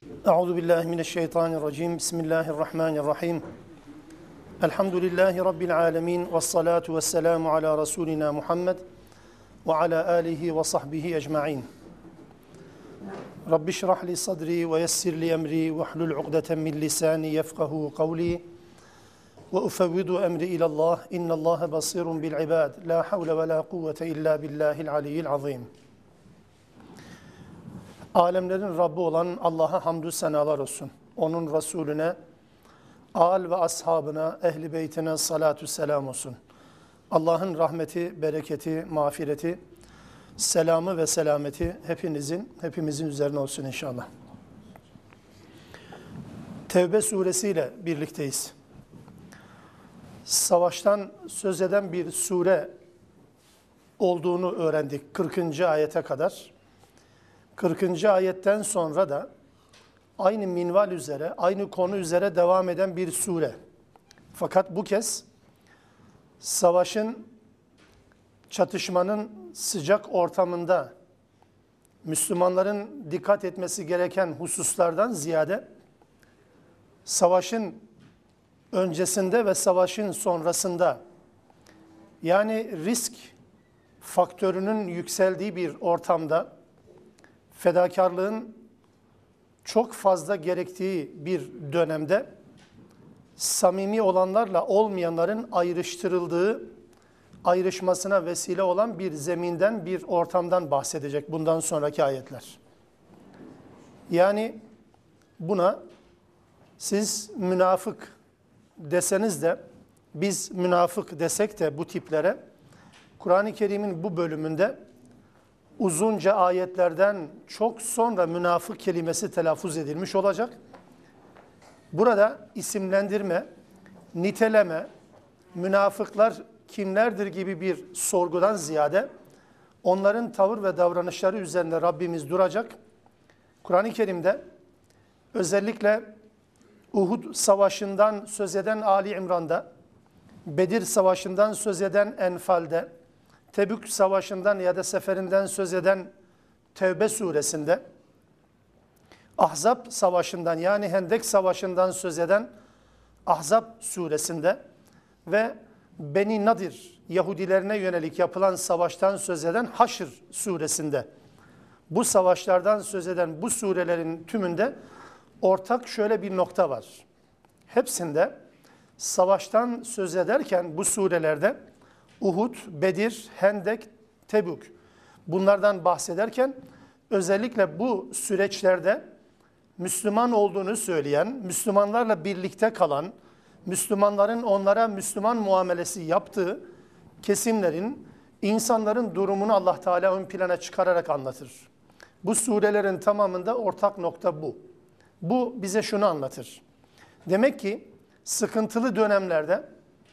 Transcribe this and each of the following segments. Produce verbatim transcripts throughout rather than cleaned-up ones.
Euzu billahi mineşşeytanirracim. Bismillahirrahmanirrahim. Elhamdülillahi rabbil alamin ve salatu vesselamu ala rasulina Muhammed ve ala alihi ve sahbihi ecmaîn. Rabbi şrah li sadri ve yessir li emri ve hlul ukdeten min lisani yefkahu kavli ve ufevvidu emri ila Allah. İnnallaha basirun bil ibad. La havle ve la kuvvete illa billahil aliyyil azim. Alemlerin Rabbi olan Allah'a hamdü senalar olsun. Onun Resulüne, âl ve ashabına, ehli beytine salatü selam olsun. Allah'ın rahmeti, bereketi, mağfireti, selamı ve selameti hepinizin, hepimizin üzerine olsun inşallah. Tevbe suresiyle birlikteyiz. Savaştan söz eden bir sure olduğunu öğrendik kırkıncı ayete kadar. kırkıncı ayetten sonra da aynı minval üzere, aynı konu üzere devam eden bir sure. Fakat bu kez savaşın, çatışmanın sıcak ortamında Müslümanların dikkat etmesi gereken hususlardan ziyade savaşın öncesinde ve savaşın sonrasında, yani risk faktörünün yükseldiği bir ortamda fedakarlığın çok fazla gerektiği bir dönemde samimi olanlarla olmayanların ayrıştırıldığı, ayrışmasına vesile olan bir zeminden, bir ortamdan bahsedecek bundan sonraki ayetler. Yani buna siz münafık deseniz de, biz münafık desek de bu tiplere, Kur'an-ı Kerim'in bu bölümünde uzunca ayetlerden çok sonra münafık kelimesi telaffuz edilmiş olacak. Burada isimlendirme, niteleme, münafıklar kimlerdir gibi bir sorgudan ziyade onların tavır ve davranışları üzerinde Rabbimiz duracak. Kur'an-ı Kerim'de özellikle Uhud Savaşı'ndan söz eden Ali İmran'da, Bedir Savaşı'ndan söz eden Enfal'de, Tebük Savaşı'ndan ya da seferinden söz eden Tevbe suresinde, Ahzab Savaşı'ndan yani Hendek Savaşı'ndan söz eden Ahzab suresinde ve Beni Nadir Yahudilerine yönelik yapılan savaştan söz eden Haşr suresinde, bu savaşlardan söz eden bu surelerin tümünde ortak şöyle bir nokta var. Hepsinde savaştan söz ederken bu surelerde Uhud, Bedir, Hendek, Tebük, bunlardan bahsederken özellikle bu süreçlerde Müslüman olduğunu söyleyen, Müslümanlarla birlikte kalan, Müslümanların onlara Müslüman muamelesi yaptığı kesimlerin, insanların durumunu Allah Teala ön plana çıkararak anlatır. Bu surelerin tamamında ortak nokta bu. Bu bize şunu anlatır. Demek ki sıkıntılı dönemlerde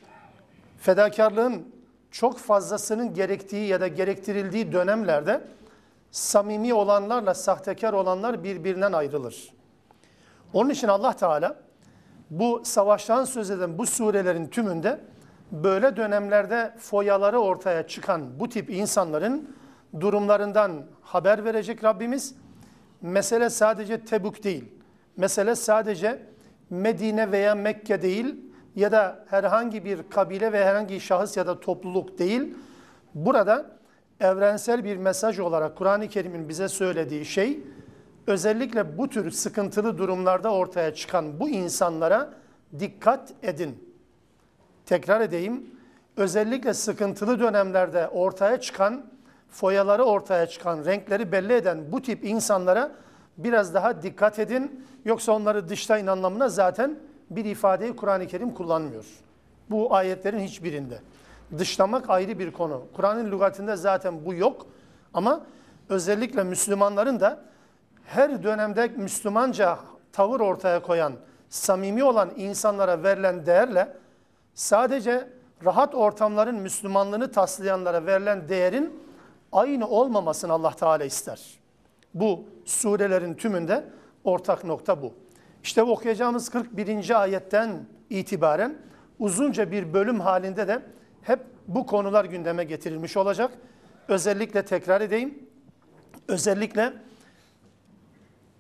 fedakarlığın çok fazlasının gerektiği ya da gerektirildiği dönemlerde samimi olanlarla sahtekar olanlar birbirinden ayrılır. Onun için Allah Teala bu savaştan söz eden bu surelerin tümünde böyle dönemlerde foyaları ortaya çıkan bu tip insanların durumlarından haber verecek Rabbimiz. Mesele sadece Tebük değil, mesele sadece Medine veya Mekke değil ya da herhangi bir kabile ve herhangi bir şahıs ya da topluluk değil. Burada evrensel bir mesaj olarak Kur'an-ı Kerim'in bize söylediği şey, özellikle bu tür sıkıntılı durumlarda ortaya çıkan bu insanlara dikkat edin. Tekrar edeyim, özellikle sıkıntılı dönemlerde ortaya çıkan, foyaları ortaya çıkan, renkleri belli eden bu tip insanlara biraz daha dikkat edin. Yoksa onları dışlayın anlamına zaten bir ifadeyi Kur'an-ı Kerim kullanmıyor. Bu ayetlerin hiçbirinde. Dışlamak ayrı bir konu. Kur'an'ın lügatinde zaten bu yok. Ama özellikle Müslümanların da her dönemde Müslümanca tavır ortaya koyan, samimi olan insanlara verilen değerle sadece rahat ortamların Müslümanlığını taslayanlara verilen değerin aynı olmamasını Allah Teala ister. Bu surelerin tümünde ortak nokta bu. İşte okuyacağımız kırk birinci ayetten itibaren uzunca bir bölüm halinde de hep bu konular gündeme getirilmiş olacak. Özellikle tekrar edeyim, özellikle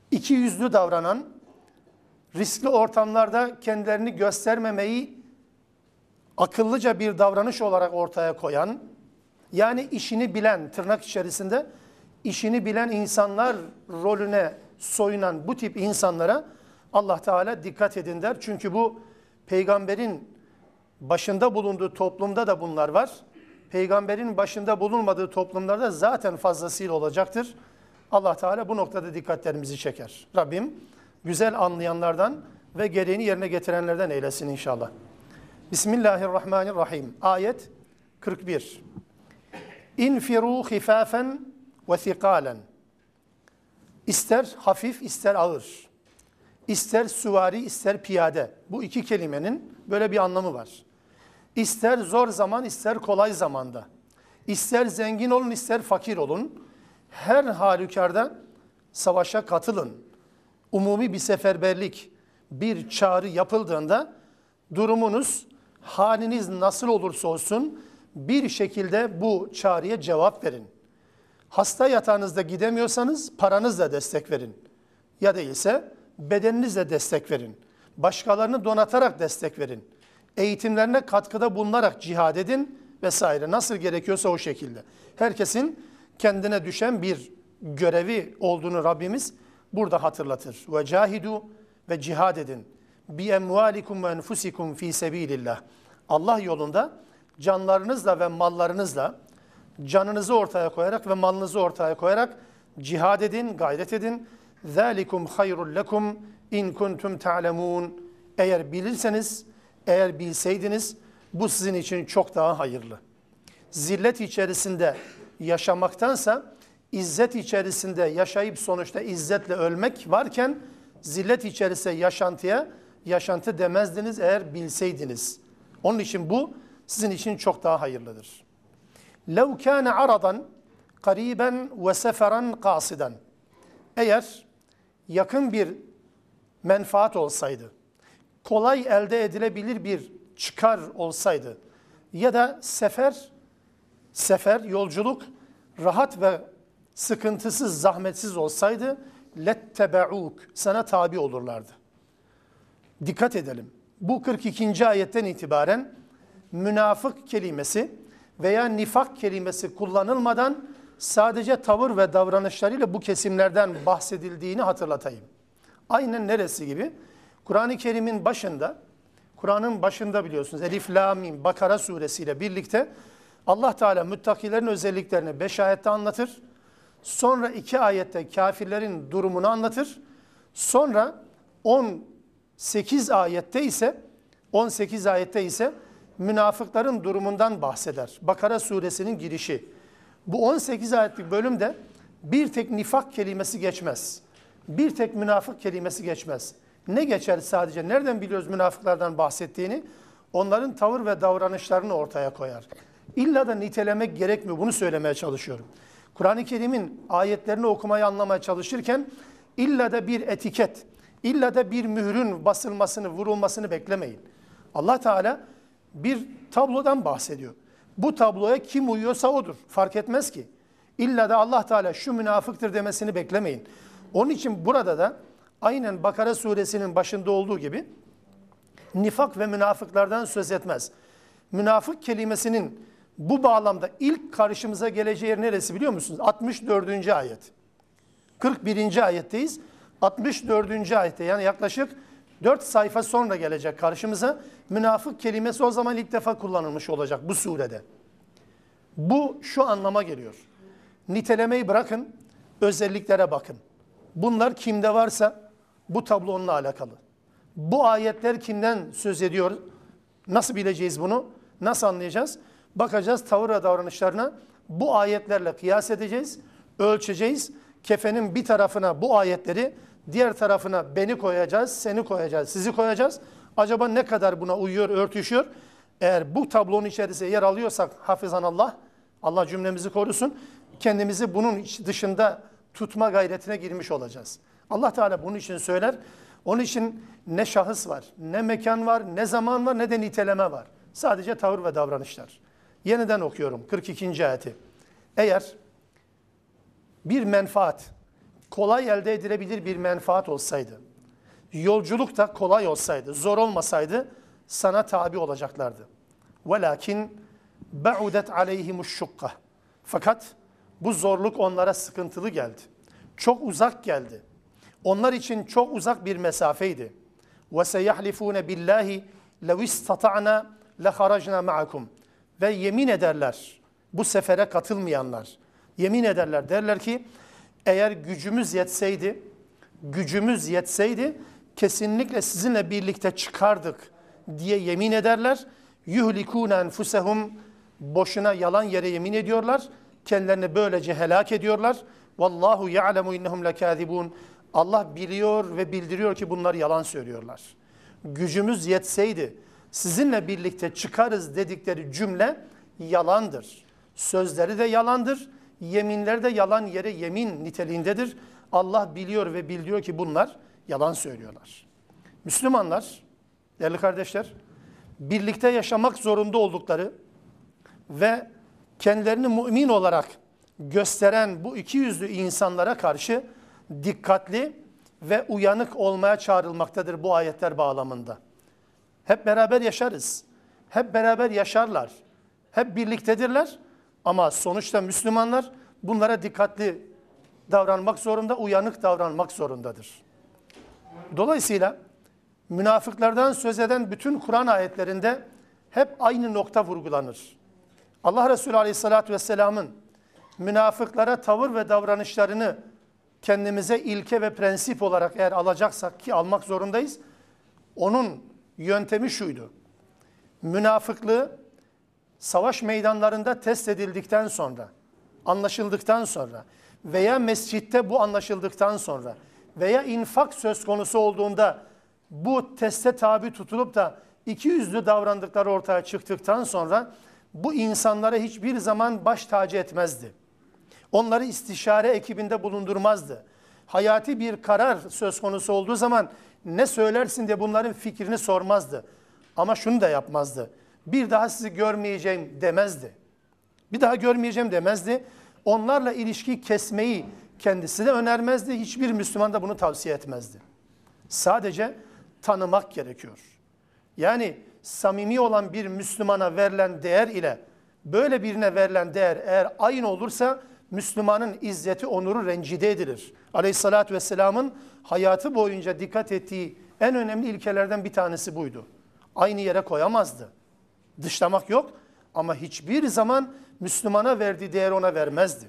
iki yüzlü davranan, riskli ortamlarda kendilerini göstermemeyi akıllıca bir davranış olarak ortaya koyan, yani işini bilen, tırnak içerisinde işini bilen insanlar rolüne soyunan bu tip insanlara Allah Teala dikkat edin der. Çünkü bu peygamberin başında bulunduğu toplumda da bunlar var. Peygamberin başında bulunmadığı toplumlarda zaten fazlasıyla olacaktır. Allah Teala bu noktada dikkatlerimizi çeker. Rabbim güzel anlayanlardan ve gereğini yerine getirenlerden eylesin inşallah. Bismillahirrahmanirrahim. Ayet kırk bir. İnfiru hifafen ve thikalen. İster hafif, ister ağır. İster süvari, ister piyade. Bu iki kelimenin böyle bir anlamı var. İster zor zaman, ister kolay zamanda. İster zengin olun, ister fakir olun. Her halükarda savaşa katılın. Umumi bir seferberlik, bir çağrı yapıldığında durumunuz, haliniz nasıl olursa olsun bir şekilde bu çağrıya cevap verin. Hasta yatağınızda gidemiyorsanız paranızla destek verin. Ya değilse bedeninizle destek verin. Başkalarını donatarak destek verin. Eğitimlerine katkıda bulunarak cihad edin vesaire. Nasıl gerekiyorsa o şekilde. Herkesin kendine düşen bir görevi olduğunu Rabbimiz burada hatırlatır. Ve cahidu ve cihad edin. Bi emvalikum ve enfusikum fi sebilillah. Allah yolunda canlarınızla ve mallarınızla canınızı ortaya koyarak ve malınızı ortaya koyarak cihad edin, gayret edin. ذَٰلِكُمْ خَيْرٌ لَكُمْ اِنْ كُنْتُمْ تَعْلَمُونَ. Eğer bilirseniz, eğer bilseydiniz bu sizin için çok daha hayırlı. Zillet içerisinde yaşamaktansa izzet içerisinde yaşayıp sonuçta izzetle ölmek varken zillet içerisinde yaşantıya yaşantı demezdiniz eğer bilseydiniz. Onun için bu sizin için çok daha hayırlıdır. لَوْ كَانَ عَرَضًا قَرِيبًا وَسَفَرًا قَاصِدًا. Eğer yakın bir menfaat olsaydı, kolay elde edilebilir bir çıkar olsaydı ya da sefer, sefer, yolculuk rahat ve sıkıntısız, zahmetsiz olsaydı لَتَّبَعُوكَ. Sana tabi olurlardı. Dikkat edelim. Bu kırk ikinci ayetten itibaren münafık kelimesi veya nifak kelimesi kullanılmadan sadece tavır ve davranışlarıyla bu kesimlerden bahsedildiğini hatırlatayım. Aynen neresi gibi? Kur'an-ı Kerim'in başında, Kur'an'ın başında biliyorsunuz Elif, La, Mim, Bakara suresiyle birlikte Allah Teala müttakilerin özelliklerini beş ayette anlatır. Sonra iki ayette kafirlerin durumunu anlatır. Sonra on sekiz ayette ise on sekiz ayette ise münafıkların durumundan bahseder. Bakara suresinin girişi. Bu on sekiz ayetlik bölümde bir tek nifak kelimesi geçmez. Bir tek münafık kelimesi geçmez. Ne geçer sadece? Nereden biliyoruz münafıklardan bahsettiğini? Onların tavır ve davranışlarını ortaya koyar. İlla da nitelemek gerekmiyor. Bunu söylemeye çalışıyorum. Kur'an-ı Kerim'in ayetlerini okumayı anlamaya çalışırken illa da bir etiket, illa da bir mührün basılmasını, vurulmasını beklemeyin. Allah Teala bir tablodan bahsediyor. Bu tabloya kim uyuyorsa odur. Fark etmez ki. İlla da Allah Teala şu münafıktır demesini beklemeyin. Onun için burada da aynen Bakara suresinin başında olduğu gibi nifak ve münafıklardan söz etmez. Münafık kelimesinin bu bağlamda ilk karşımıza geleceği yer neresi biliyor musunuz? altmış dördüncü ayet. kırk birinci ayetteyiz. altmış dördüncü ayette yani yaklaşık dört sayfa sonra gelecek karşımıza. Münafık kelimesi o zaman ilk defa kullanılmış olacak bu surede. Bu şu anlama geliyor. Nitelemeyi bırakın, özelliklere bakın. Bunlar kimde varsa bu tablo onunla alakalı. Bu ayetler kimden söz ediyor? Nasıl bileceğiz bunu? Nasıl anlayacağız? Bakacağız tavır ve davranışlarına. Bu ayetlerle kıyas edeceğiz, ölçeceğiz. Kefenin bir tarafına bu ayetleri, diğer tarafına beni koyacağız, seni koyacağız, sizi koyacağız. Acaba ne kadar buna uyuyor, örtüşüyor? Eğer bu tablonun içerisinde yer alıyorsak hafizanallah, Allah cümlemizi korusun, kendimizi bunun dışında tutma gayretine girmiş olacağız. Allah Teala bunun için söyler. Onun için ne şahıs var, ne mekan var, ne zaman var, ne de niteleme var. Sadece tavır ve davranışlar. Yeniden okuyorum kırk ikinci ayeti. Eğer bir menfaat, kolay elde edilebilir bir menfaat olsaydı, yolculuk da kolay olsaydı, zor olmasaydı sana tabi olacaklardı. Velakin ba'udet aleyhimuş şukka. Fakat bu zorluk onlara sıkıntılı geldi. Çok uzak geldi. Onlar için çok uzak bir mesafeydi. Ve seyahlifune billahi lev istata'na leharacna ma'akum. Ve yemin ederler, bu sefere katılmayanlar, yemin ederler, derler ki eğer gücümüz yetseydi, gücümüz yetseydi kesinlikle sizinle birlikte çıkardık diye yemin ederler. Yuhlikûne enfusehum, boşuna yalan yere yemin ediyorlar. Kendilerini böylece helak ediyorlar. Vallahu ya'lemu innehum lekâzibûn. Allah biliyor ve bildiriyor ki bunlar yalan söylüyorlar. Gücümüz yetseydi sizinle birlikte çıkarız dedikleri cümle yalandır. Sözleri de yalandır. Yeminleri de yalan yere yemin niteliğindedir. Allah biliyor ve bildiriyor ki bunlar yalan söylüyorlar. Müslümanlar, değerli kardeşler, birlikte yaşamak zorunda oldukları ve kendilerini mümin olarak gösteren bu iki yüzlü insanlara karşı dikkatli ve uyanık olmaya çağrılmaktadır bu ayetler bağlamında. Hep beraber yaşarız. Hep beraber yaşarlar. Hep birliktedirler. Ama sonuçta Müslümanlar bunlara dikkatli davranmak zorunda, uyanık davranmak zorundadır. Dolayısıyla münafıklardan söz eden bütün Kur'an ayetlerinde hep aynı nokta vurgulanır. Allah Resulü Aleyhisselatü Vesselam'ın münafıklara tavır ve davranışlarını kendimize ilke ve prensip olarak eğer alacaksak ki almak zorundayız, onun yöntemi şuydu. Münafıklığı savaş meydanlarında test edildikten sonra, anlaşıldıktan sonra veya mescitte bu anlaşıldıktan sonra veya infak söz konusu olduğunda bu teste tabi tutulup da iki yüzlü davrandıkları ortaya çıktıktan sonra bu insanlara hiçbir zaman baş tacı etmezdi. Onları istişare ekibinde bulundurmazdı. Hayati bir karar söz konusu olduğu zaman ne söylersin diye bunların fikrini sormazdı. Ama şunu da yapmazdı. Bir daha sizi görmeyeceğim demezdi. Bir daha görmeyeceğim demezdi. Onlarla ilişki kesmeyi kendisi de önermezdi. Hiçbir Müslüman da bunu tavsiye etmezdi. Sadece tanımak gerekiyor. Yani samimi olan bir Müslümana verilen değer ile böyle birine verilen değer eğer aynı olursa Müslümanın izzeti, onuru rencide edilir. Aleyhissalatü vesselamın hayatı boyunca dikkat ettiği en önemli ilkelerden bir tanesi buydu. Aynı yere koyamazdı. Dışlamak yok ama hiçbir zaman Müslümana verdiği değeri ona vermezdi.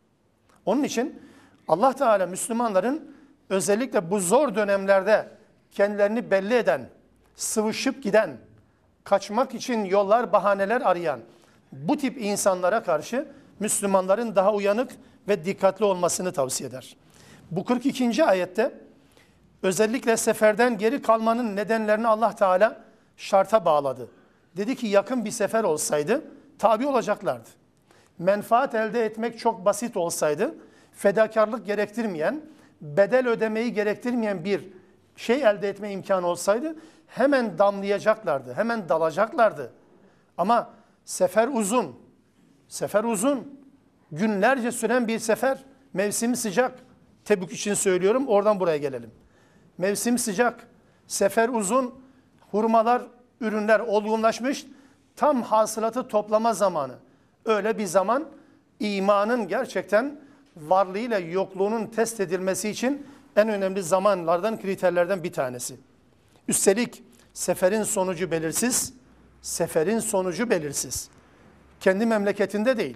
Onun için Allah Teala Müslümanların özellikle bu zor dönemlerde kendilerini belli eden, sıvışıp giden, kaçmak için yollar, bahaneler arayan bu tip insanlara karşı Müslümanların daha uyanık ve dikkatli olmasını tavsiye eder. Bu kırk ikinci ayette özellikle seferden geri kalmanın nedenlerini Allah Teala şarta bağladı. Dedi ki yakın bir sefer olsaydı tabi olacaklardı. Menfaat elde etmek çok basit olsaydı, fedakarlık gerektirmeyen, bedel ödemeyi gerektirmeyen bir şey elde etme imkanı olsaydı hemen damlayacaklardı, hemen dalacaklardı. Ama sefer uzun, sefer uzun, günlerce süren bir sefer, mevsim sıcak. Tebük için söylüyorum, oradan buraya gelelim. Mevsim sıcak, sefer uzun, hurmalar, ürünler olgunlaşmış, tam hasılatı toplama zamanı. Öyle bir zaman imanın gerçekten varlığıyla yokluğunun test edilmesi için en önemli zamanlardan, kriterlerden bir tanesi. Üstelik seferin sonucu belirsiz, seferin sonucu belirsiz. Kendi memleketinde değil,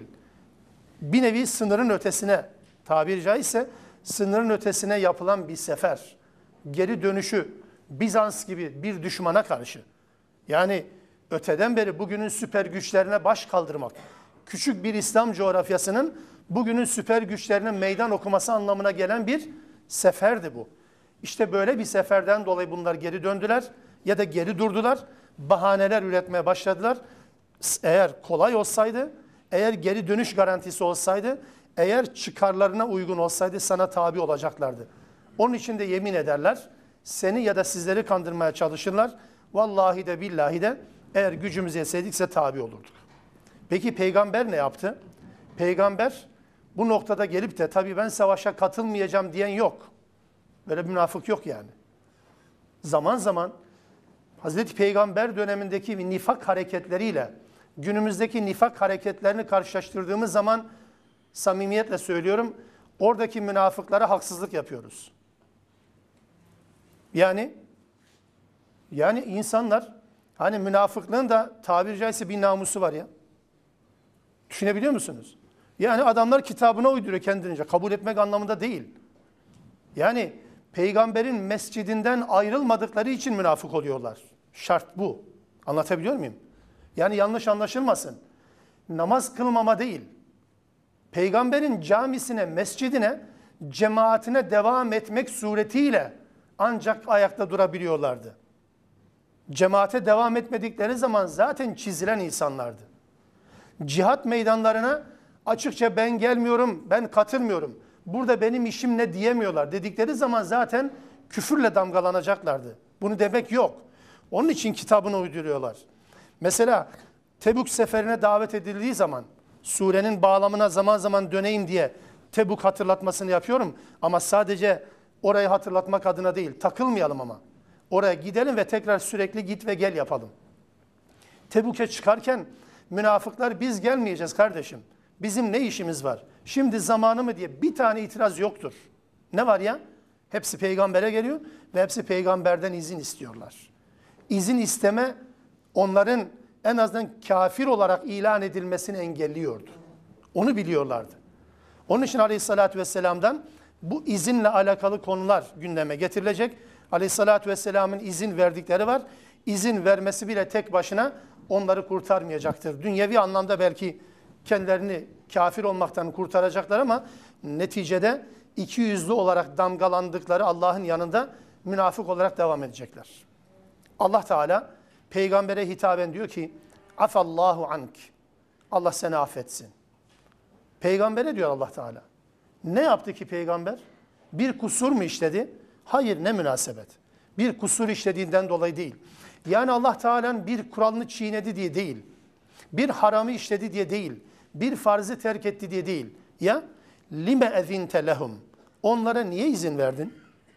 bir nevi sınırın ötesine, tabiri caizse sınırın ötesine yapılan bir sefer. Geri dönüşü Bizans gibi bir düşmana karşı. Yani öteden beri bugünün süper güçlerine baş kaldırmak, küçük bir İslam coğrafyasının bugünün süper güçlerine meydan okuması anlamına gelen bir seferdi bu. İşte böyle bir seferden dolayı bunlar geri döndüler ya da geri durdular, bahaneler üretmeye başladılar. Eğer kolay olsaydı, eğer geri dönüş garantisi olsaydı, eğer çıkarlarına uygun olsaydı sana tabi olacaklardı. Onun için de yemin ederler, seni ya da sizleri kandırmaya çalışırlar. Vallahi de billahi de eğer gücümüz yetseydik size tabi olurduk. Peki peygamber ne yaptı? Peygamber bu noktada gelip de tabii ben savaşa katılmayacağım diyen yok. Böyle bir münafık yok yani. Zaman zaman Hazreti Peygamber dönemindeki nifak hareketleriyle günümüzdeki nifak hareketlerini karşılaştırdığımız zaman samimiyetle söylüyorum, oradaki münafıklara haksızlık yapıyoruz. Yani yani insanlar, hani münafıklığın da tabiri caizse bir namusu var ya. Düşünebiliyor musunuz? Yani adamlar kitabına uyduruyor kendince. Kabul etmek anlamında değil. Yani peygamberin mescidinden ayrılmadıkları için münafık oluyorlar. Şart bu. Anlatabiliyor muyum? Yani yanlış anlaşılmasın. Namaz kılmama değil. Peygamberin camisine, mescidine, cemaatine devam etmek suretiyle ancak ayakta durabiliyorlardı. Cemaate devam etmedikleri zaman zaten çizilen insanlardı. Cihat meydanlarına açıkça ben gelmiyorum, ben katılmıyorum, burada benim işim ne diyemiyorlar dedikleri zaman zaten küfürle damgalanacaklardı. Bunu demek yok. Onun için kitabını uyduruyorlar. Mesela Tebük seferine davet edildiği zaman surenin bağlamına zaman zaman döneyim diye Tebük hatırlatmasını yapıyorum. Ama sadece orayı hatırlatmak adına değil, takılmayalım ama. Oraya gidelim ve tekrar sürekli git ve gel yapalım. Tebük'e çıkarken münafıklar biz gelmeyeceğiz kardeşim. Bizim ne işimiz var? Şimdi zamanı mı diye bir tane itiraz yoktur. Ne var ya? Hepsi peygambere geliyor ve hepsi peygamberden izin istiyorlar. İzin isteme onların en azından kafir olarak ilan edilmesini engelliyordu. Onu biliyorlardı. Onun için Aleyhisselatü Vesselam'dan bu izinle alakalı konular gündeme getirilecek. Aleyhisselatü Vesselam'ın izin verdikleri var. İzin vermesi bile tek başına onları kurtarmayacaktır. Dünyevi anlamda belki kendilerini kafir olmaktan kurtaracaklar ama neticede iki yüzlü olarak damgalandıkları Allah'ın yanında münafık olarak devam edecekler. Allah Teala peygambere hitaben diyor ki afallahu ank. Allah seni affetsin. Peygambere diyor Allah Teala. Ne yaptı ki peygamber? Bir kusur mu işledi? Hayır, ne münasebet. Bir kusur işlediğinden dolayı değil. Yani Allah Teala'nın bir kuralını çiğnedi diye değil. Bir haramı işledi diye değil. Bir farzı terk etti diye değil. Ya lime ezinte lehum. Onlara niye izin verdin?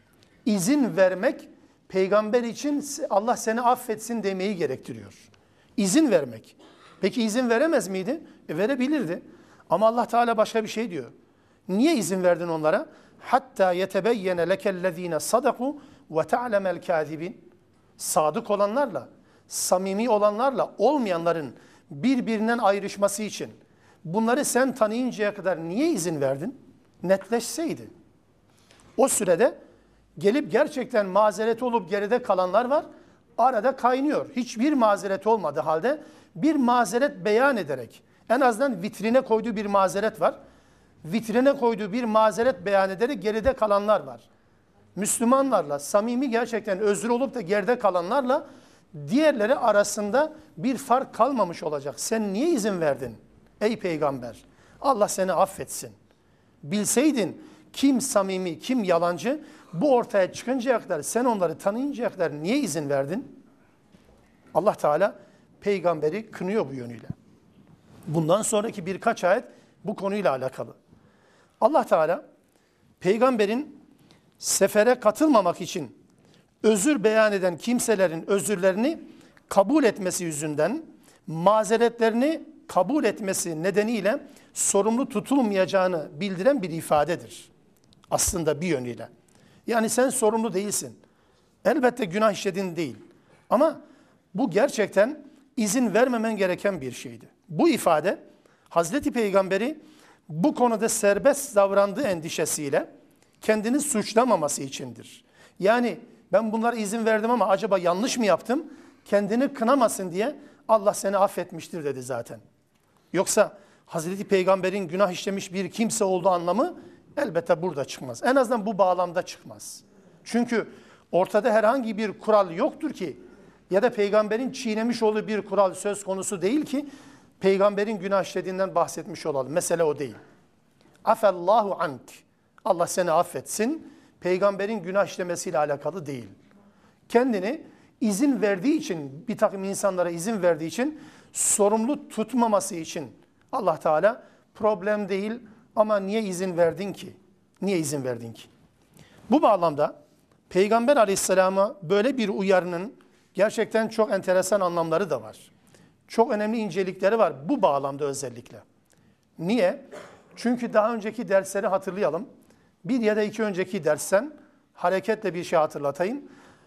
İzin vermek peygamber için Allah seni affetsin demeyi gerektiriyor. İzin vermek. Peki izin veremez miydi? E, verebilirdi. Ama Allah Teala başka bir şey diyor. Niye izin verdin onlara? Hatta yetebeyyene lekellezine sadaku ve ta'lemel kâzibin. Sadık olanlarla, samimi olanlarla olmayanların birbirinden ayrışması için bunları sen tanıyıncaya kadar niye izin verdin? Netleşseydi. O sürede gelip gerçekten mazeret olup geride kalanlar var. Arada kaynıyor. Hiçbir mazeret olmadığı halde bir mazeret beyan ederek, en azından vitrine koyduğu bir mazeret var. Vitrine koyduğu bir mazeret beyan ederek geride kalanlar var. Müslümanlarla, samimi gerçekten özür olup da geride kalanlarla diğerleri arasında bir fark kalmamış olacak. Sen niye izin verdin ey peygamber? Allah seni affetsin. Bilseydin kim samimi, kim yalancı, bu ortaya çıkıncaya kadar, sen onları tanıyıncaya kadar niye izin verdin? Allah Teala peygamberi kınıyor bu yönüyle. Bundan sonraki birkaç ayet bu konuyla alakalı. Allah Teala peygamberin sefere katılmamak için özür beyan eden kimselerin özürlerini kabul etmesi yüzünden mazeretlerini kabul etmesi nedeniyle sorumlu tutulmayacağını bildiren bir ifadedir. Aslında bir yönüyle. Yani sen sorumlu değilsin. Elbette günah işledin değil. Ama bu gerçekten izin vermemen gereken bir şeydi. Bu ifade Hazreti Peygamber'i bu konuda serbest davrandığı endişesiyle kendini suçlamaması içindir. Yani ben bunlara izin verdim ama acaba yanlış mı yaptım? Kendini kınamasın diye Allah seni affetmiştir dedi zaten. Yoksa Hazreti Peygamber'in günah işlemiş bir kimse olduğu anlamı elbette burada çıkmaz. En azından bu bağlamda çıkmaz. Çünkü ortada herhangi bir kural yoktur ki ya da peygamberin çiğnemiş olduğu bir kural söz konusu değil ki peygamberin günah işlediğinden bahsetmiş olalım. Mesele o değil. Afallahu ank. Allah seni affetsin. Peygamberin günah işlemesiyle alakalı değil. Kendini izin verdiği için, bir takım insanlara izin verdiği için sorumlu tutmaması için Allah Teala problem değil, Ama niye izin verdin ki? Niye izin verdin ki? Bu bağlamda Peygamber Aleyhisselam'a böyle bir uyarının gerçekten çok enteresan anlamları da var. Çok önemli incelikleri var bu bağlamda özellikle. Niye? Çünkü daha önceki dersleri hatırlayalım. Bir ya da iki önceki dersten hareketle bir şey hatırlatayım.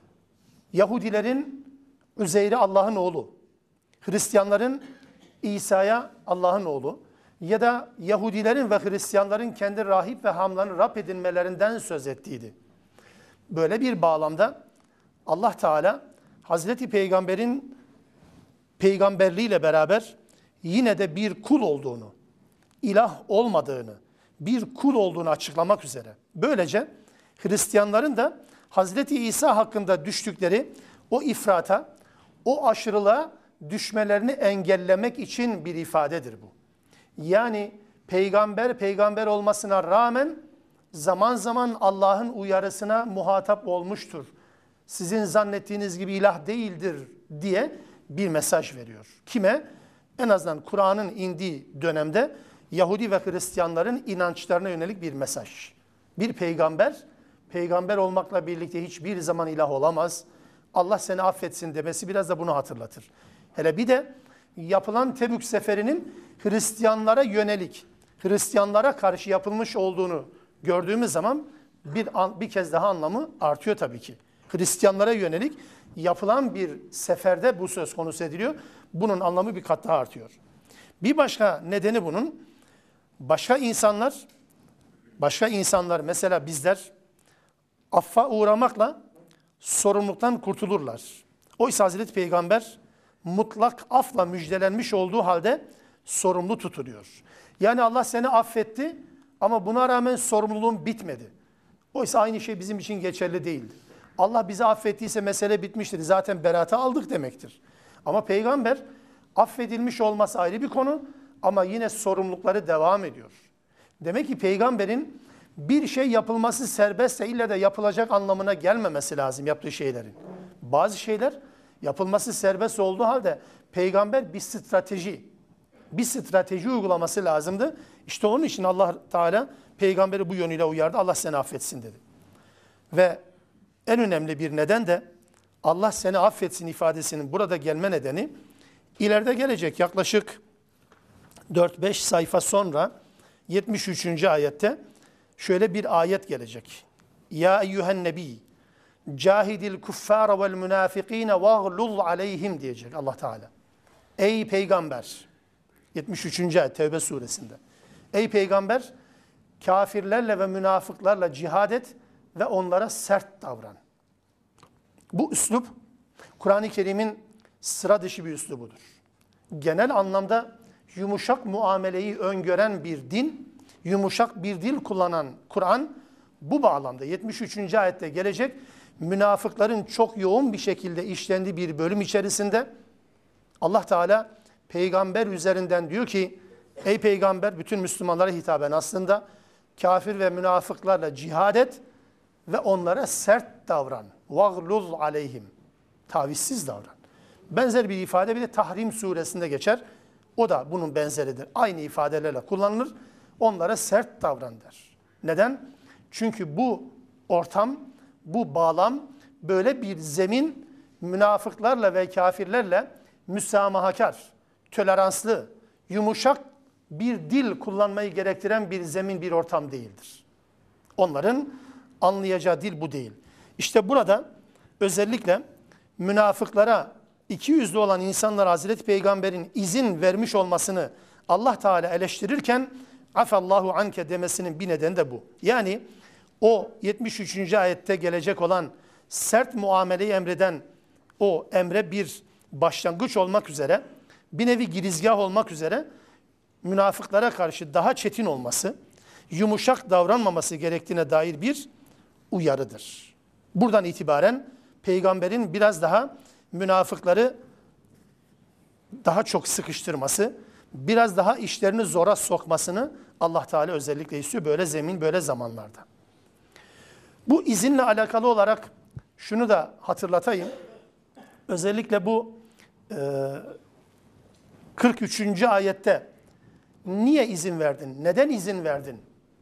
Yahudilerin Üzeyr'i Allah'ın oğlu, Hristiyanların İsa'ya Allah'ın oğlu ya da Yahudilerin ve Hristiyanların kendi rahip ve hamlarını Rab edinmelerinden söz ettiydi. Böyle bir bağlamda Allah Teala Hazreti Peygamber'in peygamberliğiyle beraber yine de bir kul olduğunu, ilah olmadığını, bir kul olduğunu açıklamak üzere. Böylece Hristiyanların da Hazreti İsa hakkında düştükleri o ifrata, o aşırılığa düşmelerini engellemek için bir ifadedir bu. Yani peygamber peygamber olmasına rağmen zaman zaman Allah'ın uyarısına muhatap olmuştur. Sizin zannettiğiniz gibi ilah değildir diye bir mesaj veriyor. Kime? En azından Kur'an'ın indiği dönemde Yahudi ve Hristiyanların inançlarına yönelik bir mesaj. Bir peygamber, peygamber olmakla birlikte hiçbir zaman ilah olamaz. Allah seni affetsin demesi biraz da bunu hatırlatır. Hele bir de yapılan Tebük seferinin Hristiyanlara yönelik, Hristiyanlara karşı yapılmış olduğunu gördüğümüz zaman bir, bir kez daha anlamı artıyor tabii ki. Hristiyanlara yönelik yapılan bir seferde bu söz konusu ediliyor. Bunun anlamı bir kat daha artıyor. Bir başka nedeni bunun, başka insanlar, başka insanlar mesela bizler affa uğramakla sorumluluktan kurtulurlar. Oysa Hazreti Peygamber mutlak afla müjdelenmiş olduğu halde sorumlu tutuluyor. Yani Allah seni affetti ama buna rağmen sorumluluğun bitmedi. Oysa aynı şey bizim için geçerli değildir. Allah bizi affettiyse mesele bitmiştir. Zaten beratı aldık demektir. Ama peygamber affedilmiş olması ayrı bir konu ama yine sorumlulukları devam ediyor. Demek ki peygamberin bir şey yapılması serbestse illa da yapılacak anlamına gelmemesi lazım yaptığı şeylerin. Bazı şeyler yapılması serbest olduğu halde peygamber bir strateji, bir strateji uygulaması lazımdı. İşte onun için Allah Teala peygamberi bu yönüyle uyardı. Allah seni affetsin dedi. Ve en önemli bir neden de Allah seni affetsin ifadesinin burada gelme nedeni ileride gelecek yaklaşık dört beş sayfa sonra yetmiş üçüncü ayette şöyle bir ayet gelecek. Ya eyyühen nebi cahidil kuffara vel münafikine vâgluz aleyhim diyecek Allah Teala. Ey peygamber, yetmiş üçüncü ayet Tevbe suresinde. Ey peygamber, kafirlerle ve münafıklarla cihad et ve onlara sert davran. Bu üslup Kur'an-ı Kerim'in sıra dışı bir üslubudur. Genel anlamda yumuşak muameleyi öngören bir din, yumuşak bir dil kullanan Kur'an bu bağlamda yetmiş üçüncü ayette gelecek münafıkların çok yoğun bir şekilde işlendiği bir bölüm içerisinde Allah Teala peygamber üzerinden diyor ki ey peygamber bütün Müslümanlara hitaben aslında kafir ve münafıklarla cihad et ve onlara sert davran. Vagluz aleyhim. Tavizsiz davran. Benzer bir ifade bir de Tahrim suresinde geçer. O da bunun benzeridir. Aynı ifadelerle kullanılır. Onlara sert davran der. Neden? Çünkü bu ortam, bu bağlam böyle bir zemin münafıklarla ve kafirlerle müsamahakar, toleranslı, yumuşak bir dil kullanmayı gerektiren bir zemin, bir ortam değildir. Onların anlayacağı dil bu değil. İşte burada özellikle münafıklara iki yüzlü olan insanlara Hazreti Peygamber'in izin vermiş olmasını Allah Teala eleştirirken afallahu anke demesinin bir nedeni de bu. Yani o yetmiş üçüncü ayette gelecek olan sert muameleyi emreden o emre bir başlangıç olmak üzere, bir nevi girizgah olmak üzere münafıklara karşı daha çetin olması, yumuşak davranmaması gerektiğine dair bir uyarıdır. Buradan itibaren peygamberin biraz daha münafıkları daha çok sıkıştırması, biraz daha işlerini zora sokmasını Allah Teala özellikle istiyor böyle zemin, böyle zamanlarda. Bu izinle alakalı olarak şunu da hatırlatayım. Özellikle bu e, kırk üçüncü ayette niye izin verdin? Neden izin verdin?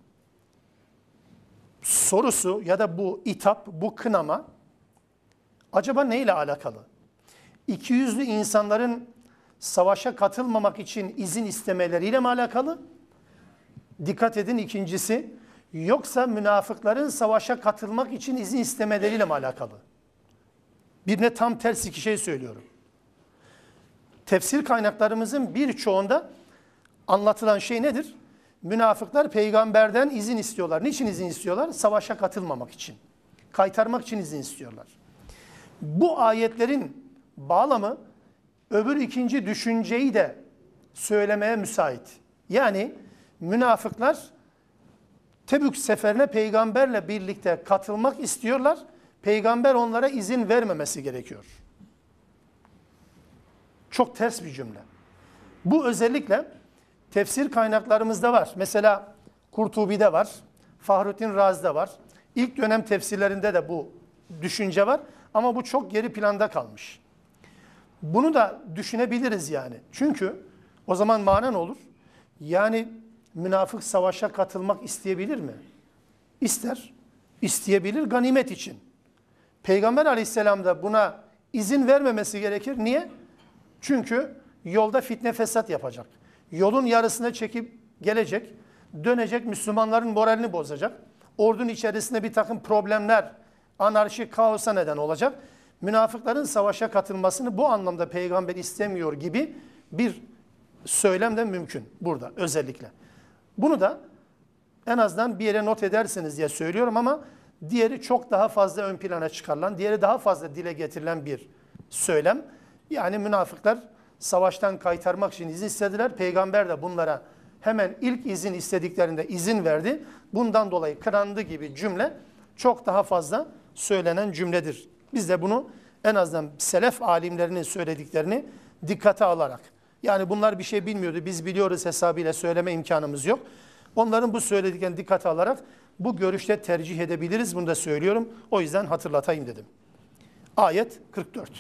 Sorusu ya da bu itap, bu kınama acaba neyle alakalı? İki yüzlü insanların savaşa katılmamak için izin istemeleriyle mi alakalı? Dikkat edin, ikincisi, yoksa münafıkların savaşa katılmak için izin istemeleriyle mi alakalı? Birine tam tersi iki şey söylüyorum. Tefsir kaynaklarımızın birçoğunda anlatılan şey nedir? Münafıklar peygamberden izin istiyorlar. Niçin izin istiyorlar? Savaşa katılmamak için. Kaytarmak için izin istiyorlar. Bu ayetlerin bağlamı öbür ikinci düşünceyi de söylemeye müsait. Yani münafıklar Tebük seferine peygamberle birlikte katılmak istiyorlar. Peygamber onlara izin vermemesi gerekiyor. Çok ters bir cümle. Bu özellikle tefsir kaynaklarımızda var. Mesela Kurtubi'de var, Fahrettin Razi'de var. İlk dönem tefsirlerinde de bu düşünce var. Ama bu çok geri planda kalmış. Bunu da düşünebiliriz yani. Çünkü o zaman mana ne olur? Yani münafık savaşa katılmak isteyebilir mi? İster. İsteyebilir ganimet için. Peygamber aleyhisselam da buna izin vermemesi gerekir. Niye? Çünkü yolda fitne fesat yapacak. Yolun yarısına çekip gelecek, dönecek, Müslümanların moralini bozacak. Ordunun içerisinde bir takım problemler, anarşi, kaosa neden olacak. Münafıkların savaşa katılmasını bu anlamda peygamber istemiyor gibi bir söylem de mümkün burada özellikle. Bunu da en azından bir yere not edersiniz diye söylüyorum ama diğeri çok daha fazla ön plana çıkarılan, diğeri daha fazla dile getirilen bir söylem. Yani münafıklar savaştan kaytarmak için izin istediler. Peygamber de bunlara hemen ilk izin istediklerinde izin verdi. Bundan dolayı kınandı gibi cümle çok daha fazla söylenen cümledir. Biz de bunu en azından selef alimlerinin söylediklerini dikkate alarak, yani bunlar bir şey bilmiyordu, biz biliyoruz hesabıyla söyleme imkanımız yok. Onların bu söylediklerini dikkate alarak bu görüşte tercih edebiliriz. Bunu da söylüyorum. O yüzden hatırlatayım dedim. Ayet kırk dört.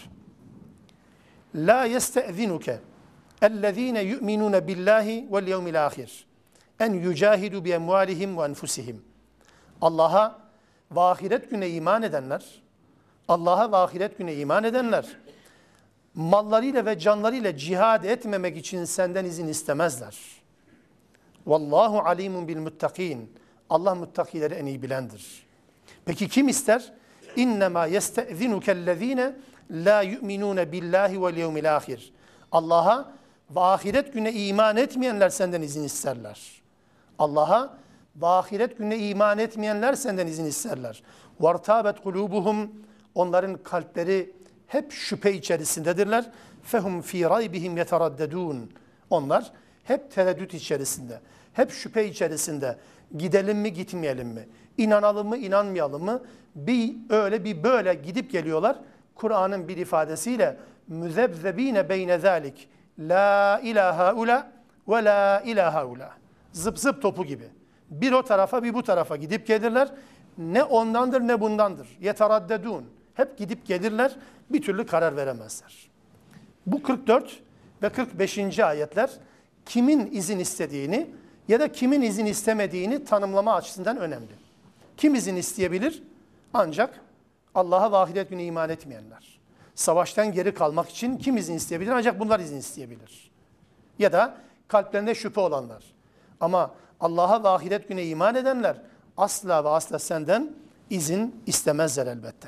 La yeste'zinuke ellezine yu'minune billahi vel yevmil ahir en yucahidu bi emvalihim ve enfusihim. Allah'a ve ahiret güne iman edenler, Allah'a ve ahiret güne iman edenler mallarıyla ve canlarıyla cihad etmemek için senden izin istemezler. Vallahu alimun bil muttakin. Allah muttakileri en iyi bilendir. Peki kim ister? İnnemâ yeste'zinukellezîne la yu'minûne billahi vel yevmil ahir. Allah'a ve ahiret güne iman etmeyenler senden izin isterler. Allah'a ve ahiret gününe iman etmeyenler senden izin isterler. وَارْتَابَتْ قُلُوبُهُمْ Onların kalpleri hep şüphe içerisindedirler. فَهُمْ ف۪ي رَيْبِهِمْ يَتَرَدَّدُونَ Onlar hep tereddüt içerisinde, hep şüphe içerisinde. Gidelim mi, gitmeyelim mi? İnanalım mı, inanmayalım mı? Bir öyle bir böyle gidip geliyorlar. Kur'an'ın bir ifadesiyle müzebzebine beyne zalik la ilaha ula ve la ilaha ula. Zıp zıp topu gibi. Bir o tarafa bir bu tarafa gidip gelirler. Ne ondandır ne bundandır. Yeteraddedun. Hep gidip gelirler. Bir türlü karar veremezler. Bu kırk dört ve kırk beşinci ayetler kimin izin istediğini ya da kimin izin istemediğini tanımlama açısından önemli. Kim izin isteyebilir? Ancak Allah'a ve ahiret gününe iman etmeyenler. Savaştan geri kalmak için kim izin isteyebilir? Ancak bunlar izin isteyebilir. Ya da kalplerinde şüphe olanlar. Ama Allah'a ve ahiret gününe iman edenler asla ve asla senden izin istemezler elbette.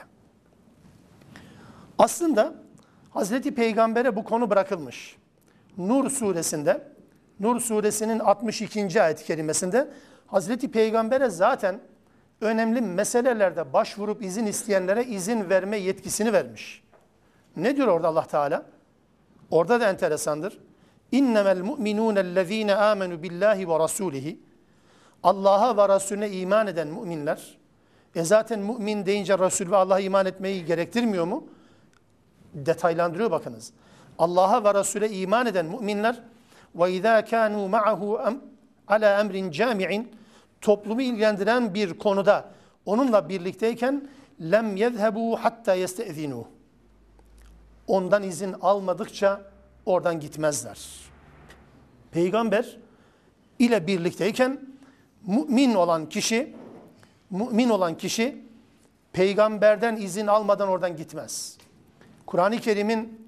Aslında Hazreti Peygamber'e bu konu bırakılmış. Nur suresinde, Nur suresinin altmış ikinci ayet-i kerimesinde Hazreti Peygamber'e zaten önemli meselelerde başvurup izin isteyenlere izin verme yetkisini vermiş. Ne diyor orada Allah Teala? Orada da enteresandır. İnnemel mu'minûnellezîne âmenû billâhi ve rasûlihi. Allah'a ve Resulüne iman eden müminler, e zaten mümin deyince Resul ve Allah'a iman etmeyi gerektirmiyor mu? Detaylandırıyor bakınız. Allah'a ve Resul'e iman eden müminler ve izâ kânû ma'ahu alâ emrin câmi'in toplumu ilgilendiren bir konuda onunla birlikteyken lem yezhebû hattâ yeste'zinû. Ondan izin almadıkça oradan gitmezler. Peygamber ile birlikteyken mümin olan kişi mümin olan kişi peygamberden izin almadan oradan gitmez. Kur'an-ı Kerim'in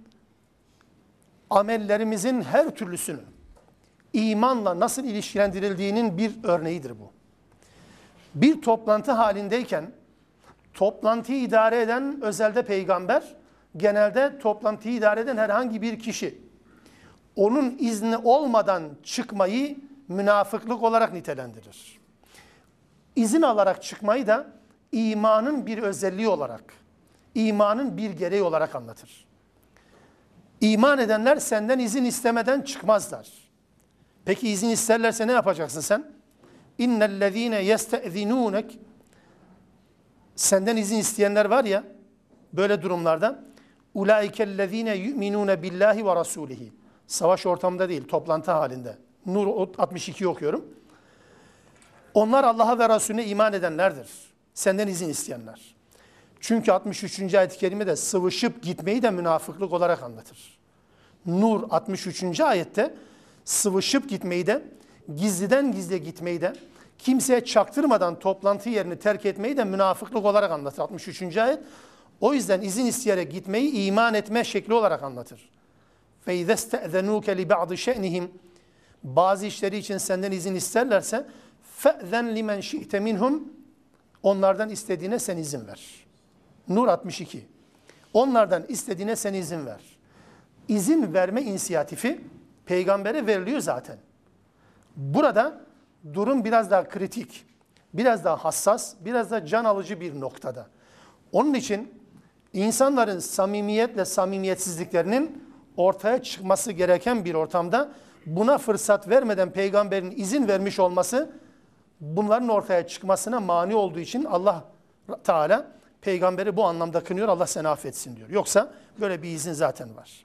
amellerimizin her türlüsünü imanla nasıl ilişkilendirildiğinin bir örneğidir bu. Bir toplantı halindeyken toplantıyı idare eden özelde peygamber, genelde toplantıyı idare eden herhangi bir kişi onun izni olmadan çıkmayı münafıklık olarak nitelendirir. İzin alarak çıkmayı da imanın bir özelliği olarak, imanın bir gereği olarak anlatır. İman edenler senden izin istemeden çıkmazlar. Peki izin isterlerse ne yapacaksın sen? İnnellezîne yeste'zinûnek, senden izin isteyenler var ya, böyle durumlarda ulaikellezîne yu'minûne billahi ve rasûlihi. Savaş ortamında değil, toplantı halinde. Nur altmış iki okuyorum. Onlar Allah'a ve Resulüne iman edenlerdir. Senden izin isteyenler. Çünkü altmış üçüncü ayet-i kerimede sıvışıp gitmeyi de münafıklık olarak anlatır. Nur altmış üçüncü ayette sıvışıp gitmeyi de, gizliden gizliye gitmeyi de, kimseye çaktırmadan toplantı yerini terk etmeyi de münafıklık olarak anlatır. altmış üçüncü ayet. O yüzden izin isteyerek gitmeyi iman etme şekli olarak anlatır. فَاِذَا اسْتَأْذَنُوكَ لِبَعْضِ شَأْنِهِمْ, bazı işleri için senden izin isterlerse فَأْذَنْ لِمَنْ شِئْتَ مِنْهُمْ, onlardan istediğine sen izin ver. Nur altmış iki. Onlardan istediğine sen izin ver. İzin verme inisiyatifi peygambere veriliyor zaten. Burada durum biraz daha kritik, biraz daha hassas, biraz da can alıcı bir noktada. Onun için insanların samimiyetle samimiyetsizliklerinin ortaya çıkması gereken bir ortamda buna fırsat vermeden peygamberin izin vermiş olması bunların ortaya çıkmasına mani olduğu için Allah Teala peygamberi bu anlamda kınıyor. Allah seni affetsin diyor. Yoksa böyle bir izin zaten var.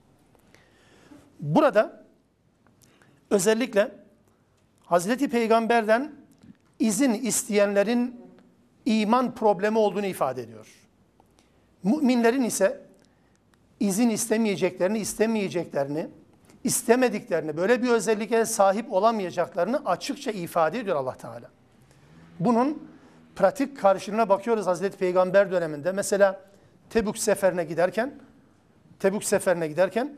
Burada özellikle Hazreti Peygamber'den izin isteyenlerin iman problemi olduğunu ifade ediyor. Müminlerin ise izin istemeyeceklerini, istemeyeceklerini, istemediklerini, böyle bir özelliğe sahip olamayacaklarını açıkça ifade ediyor Allah Teala. Bunun pratik karşılığına bakıyoruz Hazreti Peygamber döneminde. Mesela Tebük seferine giderken, Tebük seferine giderken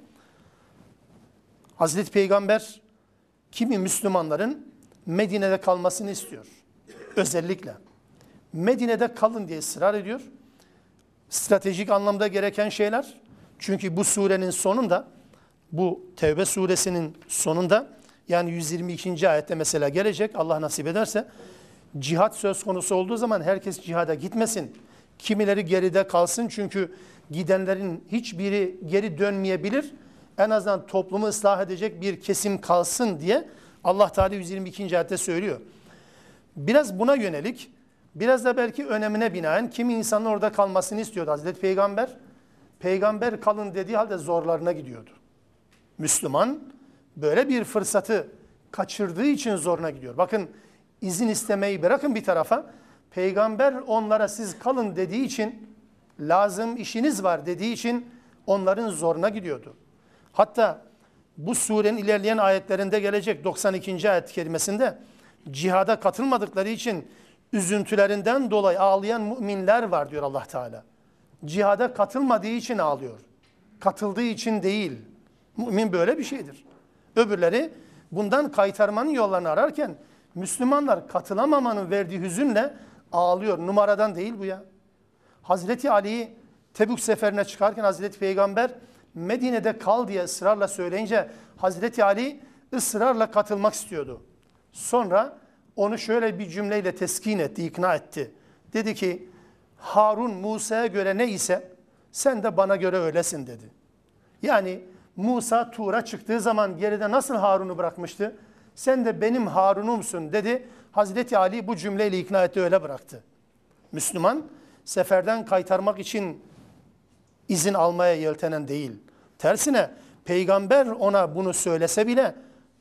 Hazreti Peygamber kimi Müslümanların Medine'de kalmasını istiyor. Özellikle. Medine'de kalın diye ısrar ediyor. Stratejik anlamda gereken şeyler. Çünkü bu surenin sonunda, bu Tevbe suresinin sonunda, yani yüz yirmi ikinci ayette mesela gelecek, Allah nasip ederse, cihat söz konusu olduğu zaman herkes cihada gitmesin. Kimileri geride kalsın çünkü gidenlerin hiçbiri geri dönmeyebilir. En azından toplumu ıslah edecek bir kesim kalsın diye Allah Teala yüz yirmi ikinci ayette söylüyor. Biraz buna yönelik, biraz da belki önemine binaen kimi insanın orada kalmasını istiyordu Hazreti Peygamber. Peygamber kalın dediği halde zorlarına gidiyordu. Müslüman böyle bir fırsatı kaçırdığı için zoruna gidiyor. Bakın, izin istemeyi bırakın bir tarafa. Peygamber onlara siz kalın dediği için, lazım işiniz var dediği için onların zoruna gidiyordu. Hatta bu surenin ilerleyen ayetlerinde gelecek doksan ikinci ayet kerimesinde cihada katılmadıkları için üzüntülerinden dolayı ağlayan müminler var diyor Allah Teala. Cihada katılmadığı için ağlıyor. Katıldığı için değil. Mümin böyle bir şeydir. Öbürleri bundan kaytarmanın yollarını ararken Müslümanlar katılamamanın verdiği hüzünle ağlıyor. Numaradan değil bu ya. Hazreti Ali'yi Tebük seferine çıkarken Hazreti Peygamber Medine'de kal diye ısrarla söyleyince Hazreti Ali ısrarla katılmak istiyordu. Sonra onu şöyle bir cümleyle teskin etti, ikna etti. Dedi ki, Harun Musa'ya göre ne ise sen de bana göre öylesin dedi. Yani Musa Tur'a çıktığı zaman geride nasıl Harun'u bırakmıştı? Sen de benim Harun'umsun dedi. Hazreti Ali bu cümleyle ikna etti, öyle bıraktı. Müslüman seferden kaytarmak için izin almaya yeltenen değil. Tersine peygamber ona bunu söylese bile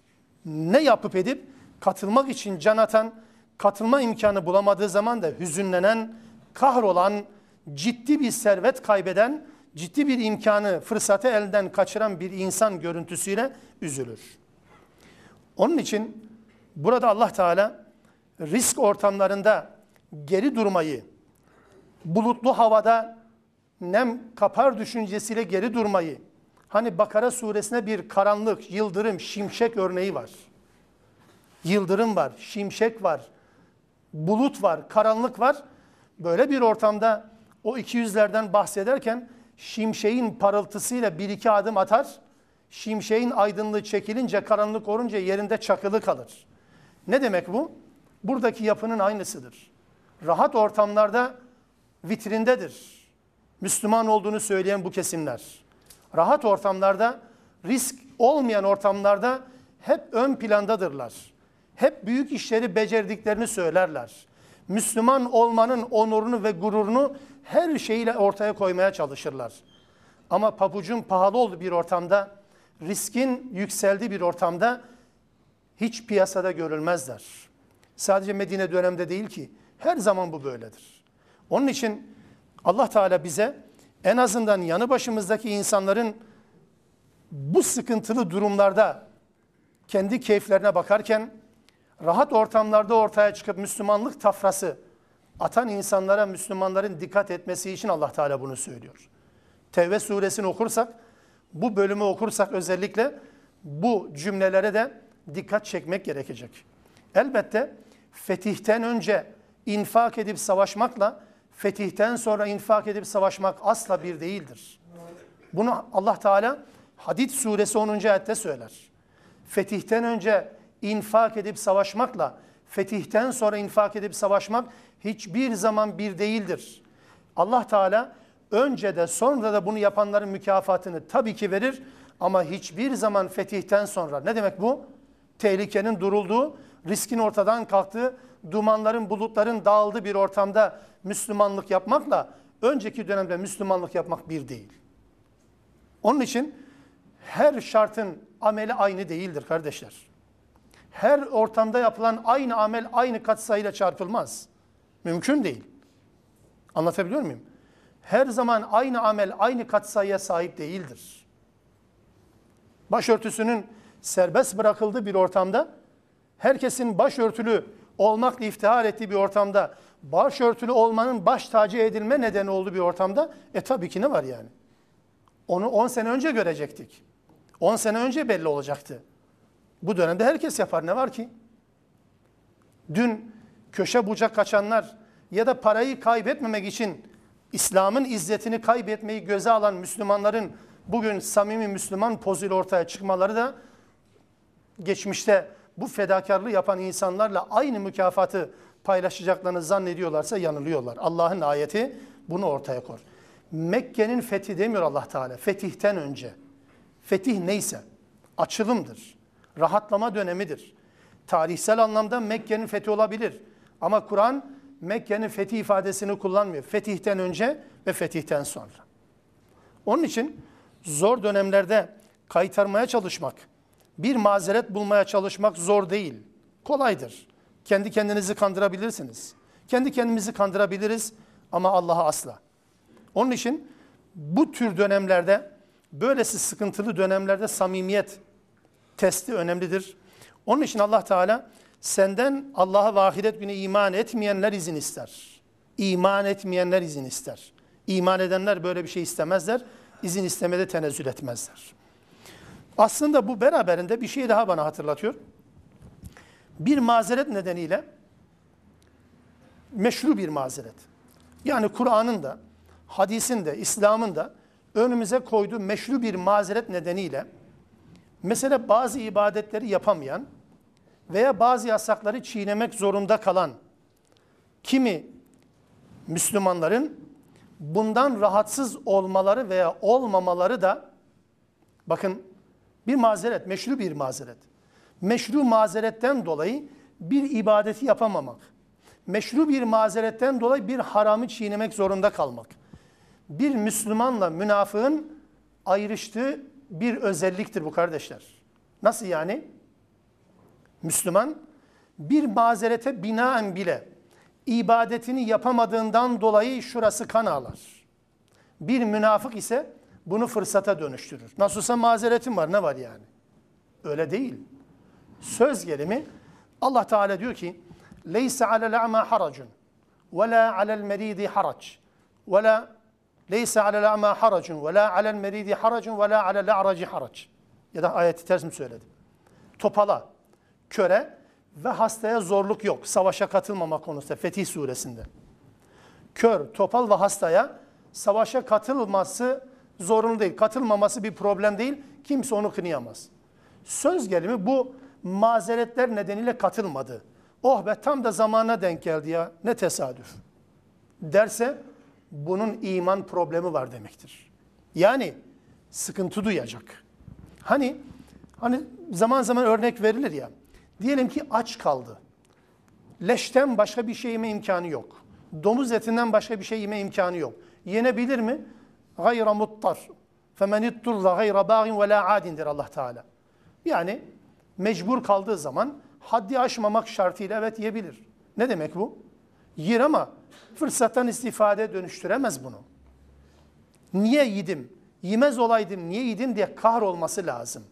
ne yapıp edip katılmak için can atan, katılma imkanı bulamadığı zaman da hüzünlenen, kahrolan, ciddi bir servet kaybeden, ciddi bir imkanı, fırsatı elden kaçıran bir insan görüntüsüyle üzülür. Onun için Burada Allah Teala risk ortamlarında geri durmayı, bulutlu havada nem kapar düşüncesiyle geri durmayı, hani Bakara suresine bir karanlık, yıldırım, şimşek örneği var. Yıldırım var, şimşek var, bulut var, karanlık var. Böyle bir ortamda o iki yüzlerden bahsederken şimşeğin parıltısıyla bir iki adım atar. Şimşeğin aydınlığı çekilince, karanlık olunca yerinde çakılı kalır. Ne demek bu? Buradaki yapının aynısıdır. Rahat ortamlarda vitrindedir Müslüman olduğunu söyleyen bu kesimler. Rahat ortamlarda, risk olmayan ortamlarda hep ön plandadırlar. Hep büyük işleri becerdiklerini söylerler. Müslüman olmanın onurunu ve gururunu her şeyle ortaya koymaya çalışırlar. Ama pabucun pahalı olduğu bir ortamda, riskin yükseldiği bir ortamda hiç piyasada görülmezler. Sadece Medine döneminde değil ki, her zaman bu böyledir. Onun için Allah Teala bize en azından yanı başımızdaki insanların bu sıkıntılı durumlarda kendi keyiflerine bakarken rahat ortamlarda ortaya çıkıp Müslümanlık tafrası atan insanlara Müslümanların dikkat etmesi için Allah Teala bunu söylüyor. Tevbe suresini okursak, bu bölümü okursak özellikle bu cümlelere de dikkat çekmek gerekecek. Elbette fetihten önce infak edip savaşmakla fetihten sonra infak edip savaşmak asla bir değildir. Bunu Allah Teala Hadid suresi onuncu ayette söyler. Fetihten önce infak edip savaşmakla fetihten sonra infak edip savaşmak hiçbir zaman bir değildir. Allah Teala önce de sonra da bunu yapanların mükafatını tabii ki verir ama hiçbir zaman fetihten sonra, ne demek bu? Tehlikenin durulduğu, riskin ortadan kalktığı, dumanların, bulutların dağıldığı bir ortamda Müslümanlık yapmakla önceki dönemde Müslümanlık yapmak bir değil. Onun için her şartın ameli aynı değildir kardeşler. Her ortamda yapılan aynı amel aynı katsayıyla çarpılmaz. Mümkün değil. Anlatabiliyor muyum? Her zaman aynı amel aynı katsayıya sahip değildir. Başörtüsünün serbest bırakıldığı bir ortamda, herkesin başörtülü olmakla iftihar ettiği bir ortamda, başörtülü olmanın baş tacı edilme nedeni olduğu bir ortamda, e tabii ki ne var yani? Onu on sene önce görecektik. on sene önce belli olacaktı. Bu dönemde herkes yapar, ne var ki? Dün köşe bucak kaçanlar ya da parayı kaybetmemek için İslam'ın izzetini kaybetmeyi göze alan Müslümanların bugün samimi Müslüman pozuyla ortaya çıkmaları da geçmişte bu fedakarlığı yapan insanlarla aynı mükafatı paylaşacaklarını zannediyorlarsa yanılıyorlar. Allah'ın ayeti bunu ortaya koyar. Mekke'nin fethi demiyor Allah Teala. Fetihten önce. Fetih neyse açılımdır. Rahatlama dönemidir. Tarihsel anlamda Mekke'nin fethi olabilir. Ama Kur'an Mekke'nin fethi ifadesini kullanmıyor. Fetihten önce ve fetihten sonra. Onun için zor dönemlerde kaytarmaya çalışmak, bir mazeret bulmaya çalışmak zor değil. Kolaydır. Kendi kendinizi kandırabilirsiniz. Kendi kendimizi kandırabiliriz ama Allah'a asla. Onun için bu tür dönemlerde, böylesi sıkıntılı dönemlerde samimiyet testi önemlidir. Onun için Allah Teala senden Allah'a ve ahiret günü iman etmeyenler izin ister. İman etmeyenler izin ister. İman edenler böyle bir şey istemezler. İzin istemede tenezzül etmezler. Aslında bu beraberinde bir şey daha bana hatırlatıyor. Bir mazeret nedeniyle, meşru bir mazeret. Yani Kur'an'ın da, hadisin de, İslam'ın da önümüze koyduğu meşru bir mazeret nedeniyle, mesela bazı ibadetleri yapamayan veya bazı yasakları çiğnemek zorunda kalan kimi Müslümanların bundan rahatsız olmaları veya olmamaları da, bakın, bir mazeret, meşru bir mazeret. Meşru mazeretten dolayı bir ibadeti yapamamak. Meşru bir mazeretten dolayı bir haramı çiğnemek zorunda kalmak. Bir Müslümanla münafığın ayrıştığı bir özelliktir bu kardeşler. Nasıl yani? Müslüman bir mazerete binaen bile ibadetini yapamadığından dolayı şurası kan ağlar. Bir münafık ise bunu fırsata dönüştürür. Nasılsa mazeretim var, ne var yani? Öyle değil. Söz gelimi Allah Teala diyor ki leysa alel a'ma haracun ve la alel meridi harac ve la leysa alel a'ma haracun ve la alel meridi haracun ve la alel a'raci harac. Ya da ayeti ters mi söyledim? Topala, köre ve hastaya zorluk yok. Savaşa katılmama konusunda Fetih Suresinde. Kör, topal ve hastaya savaşa katılması zorunlu değil. Katılmaması bir problem değil. Kimse onu kınayamaz. Söz gelimi bu mazeretler nedeniyle katılmadı. Oh be tam da zamana denk geldi ya. Ne tesadüf. Derse bunun iman problemi var demektir. Yani sıkıntı duyacak. Hani hani zaman zaman örnek verilir ya. Diyelim ki aç kaldı. Leşten başka bir şey yeme imkanı yok. Domuz etinden başka bir şey yeme imkanı yok. Yenebilir mi? Gayra muttar. Femen itturra gayra bagin ve la adindir Allah Teala. Yani mecbur kaldığı zaman haddi aşmamak şartıyla evet yiyebilir. Ne demek bu? Yer ama fırsattan istifade dönüştüremez bunu. Niye yedim? Yemez olaydım niye yedim diye kahrolması lazım.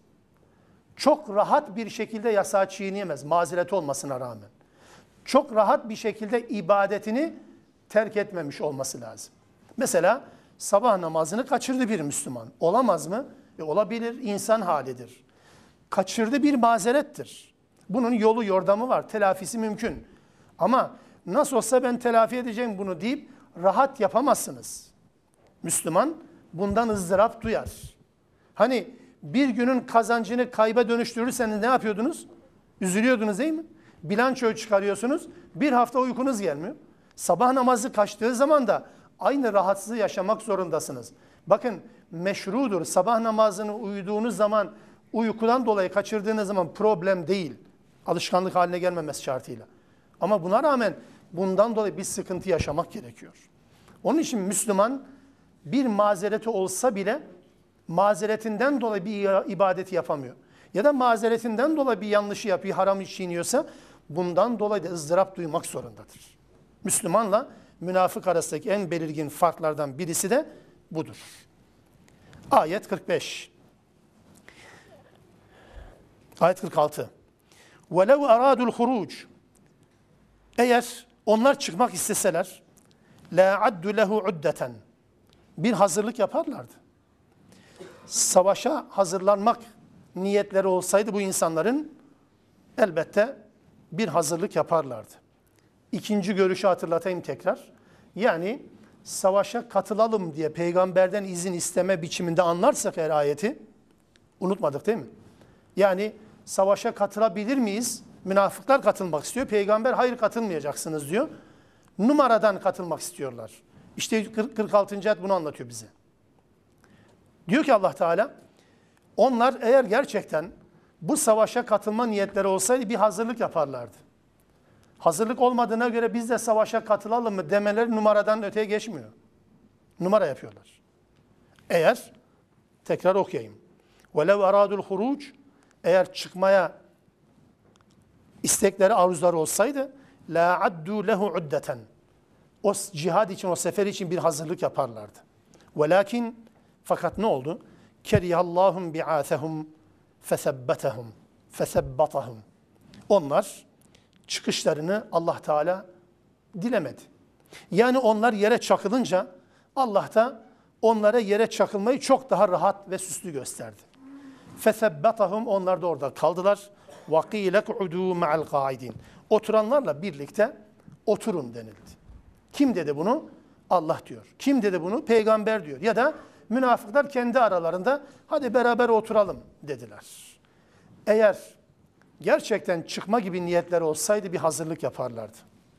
Çok rahat bir şekilde yasağı çiğneyemez mazeret olmasına rağmen. Çok rahat bir şekilde ibadetini terk etmemiş olması lazım. Mesela sabah namazını kaçırdı bir Müslüman. Olamaz mı? E olabilir, insan halidir. Kaçırdı bir mazerettir. Bunun yolu yordamı var, telafisi mümkün. Ama nasıl olsa ben telafi edeceğim bunu deyip rahat yapamazsınız. Müslüman bundan ızdırap duyar. Hani bir günün kazancını kayba dönüştürürseniz ne yapıyordunuz? Üzülüyordunuz değil mi? Bilançoyu çıkarıyorsunuz, bir hafta uykunuz gelmiyor. Sabah namazı kaçtığı zaman da aynı rahatsızlığı yaşamak zorundasınız. Bakın meşrudur, sabah namazını uyuduğunuz zaman, uykudan dolayı kaçırdığınız zaman problem değil. Alışkanlık haline gelmemesi şartıyla. Ama buna rağmen bundan dolayı bir sıkıntı yaşamak gerekiyor. Onun için Müslüman bir mazereti olsa bile mazeretinden dolayı bir ibadeti yapamıyor. Ya da mazeretinden dolayı bir yanlışı yapıyor, haram çiğniyorsa bundan dolayı da ızdırap duymak zorundadır. Müslümanla münafık arasındaki en belirgin farklardan birisi de budur. Ayet kırk beş. Ayet kırk altı. وَلَوْ اَرَادُوا الْخُرُوجِ Eğer onlar çıkmak isteseler لَا عَدُّ لَهُ عُدَّةً bir hazırlık yaparlardı. Savaşa hazırlanmak niyetleri olsaydı bu insanların elbette bir hazırlık yaparlardı. İkinci görüşü hatırlatayım tekrar. Yani savaşa katılalım diye peygamberden izin isteme biçiminde anlarsak eğer ayeti, unutmadık değil mi? Yani savaşa katılabilir miyiz? Münafıklar katılmak istiyor. Peygamber hayır katılmayacaksınız diyor. Numaradan katılmak istiyorlar. İşte kırk altıncı ayet bunu anlatıyor bize. Diyor ki Allah Teala, onlar eğer gerçekten bu savaşa katılma niyetleri olsaydı bir hazırlık yaparlardı. Hazırlık olmadığına göre biz de savaşa katılalım mı demeleri numaradan öteye geçmiyor. Numara yapıyorlar. Eğer, tekrar okuyayım. وَلَوْ اَرَادُ الْخُرُوجِ Eğer çıkmaya istekleri, arzuları olsaydı لَا عَدُّوا لَهُ عُدَّةً O cihad için, o sefer için bir hazırlık yaparlardı. وَلَكِنْ Fakat ne oldu? كَرِيهَ اللّٰهُمْ بِعَاثَهُمْ فَثَبَّتَهُمْ فَثَبَّتَهُمْ Onlar çıkışlarını Allah Teala dilemedi. Yani onlar yere çakılınca Allah da onlara yere çakılmayı çok daha rahat ve süslü gösterdi. فَثَبَّتَهُمْ Onlar da orada kaldılar. وَقِيلَ قُعُدُوا مَعَ الْقَائِدِينَ Oturanlarla birlikte oturun denildi. Kim dedi bunu? Allah diyor. Kim dedi bunu? Peygamber diyor. Ya da münafıklar kendi aralarında hadi beraber oturalım dediler. Eğer gerçekten çıkma gibi niyetleri olsaydı bir hazırlık yaparlardı.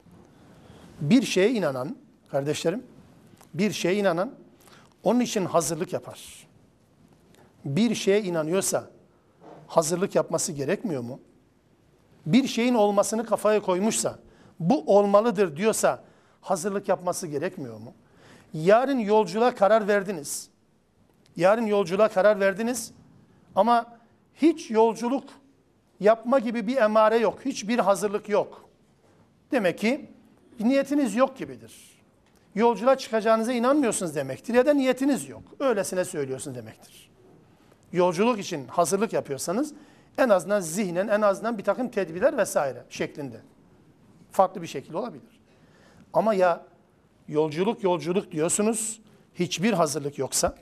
Bir şeye inanan, kardeşlerim, bir şeye inanan onun için hazırlık yapar. Bir şeye inanıyorsa hazırlık yapması gerekmiyor mu? Bir şeyin olmasını kafaya koymuşsa, bu olmalıdır diyorsa hazırlık yapması gerekmiyor mu? Yarın yolculuğa karar verdiniz. Yarın yolculuğa karar verdiniz ama hiç yolculuk yapma gibi bir emare yok. Hiçbir hazırlık yok. Demek ki niyetiniz yok gibidir. Yolculuğa çıkacağınıza inanmıyorsunuz demektir ya da niyetiniz yok. Öylesine söylüyorsunuz demektir. Yolculuk için hazırlık yapıyorsanız En azından zihnen, en azından bir takım tedbirler vesaire şeklinde. Farklı bir şekilde olabilir. Ama ya yolculuk yolculuk diyorsunuz, hiçbir hazırlık yoksa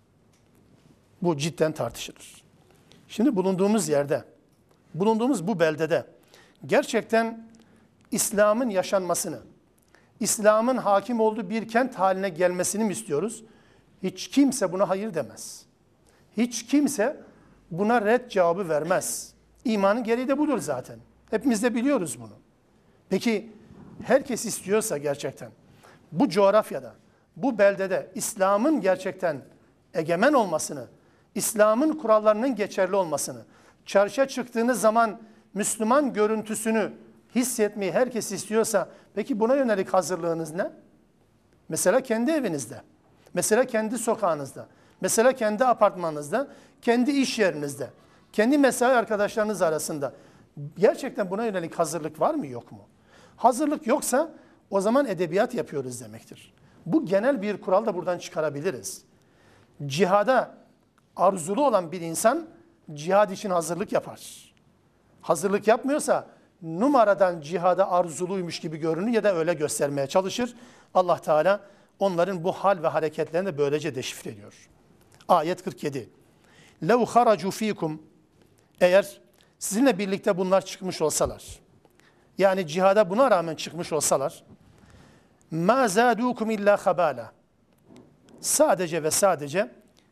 bu cidden tartışılır. Şimdi bulunduğumuz yerde, bulunduğumuz bu beldede gerçekten İslam'ın yaşanmasını, İslam'ın hakim olduğu bir kent haline gelmesini mi istiyoruz? Hiç kimse buna hayır demez. Hiç kimse buna red cevabı vermez. İmanın gereği de budur zaten. Hepimiz de biliyoruz bunu. Peki herkes istiyorsa gerçekten bu coğrafyada, bu beldede İslam'ın gerçekten egemen olmasını, İslam'ın kurallarının geçerli olmasını, çarşıya çıktığınız zaman Müslüman görüntüsünü hissetmeyi herkes istiyorsa, peki buna yönelik hazırlığınız ne? Mesela kendi evinizde, mesela kendi sokağınızda, mesela kendi apartmanınızda, kendi iş yerinizde, kendi mesai arkadaşlarınız arasında gerçekten buna yönelik hazırlık var mı yok mu? Hazırlık yoksa o zaman edebiyat yapıyoruz demektir. Bu genel bir kural da buradan çıkarabiliriz. Cihada arzulu olan bir insan cihad için hazırlık yapar. Hazırlık yapmıyorsa numaradan cihada arzuluymuş gibi görünür ya da öyle göstermeye çalışır. Allah Teala onların bu hal ve hareketlerini de böylece deşifre ediyor. Ayet kırk yedi. لَوْ خَرَجُوا ف۪يكُمْ Eğer sizinle birlikte bunlar çıkmış olsalar, yani cihada buna rağmen çıkmış olsalar, مَا زَادُوكُمْ اِلَّا خَبَالًا Sadece ve sadece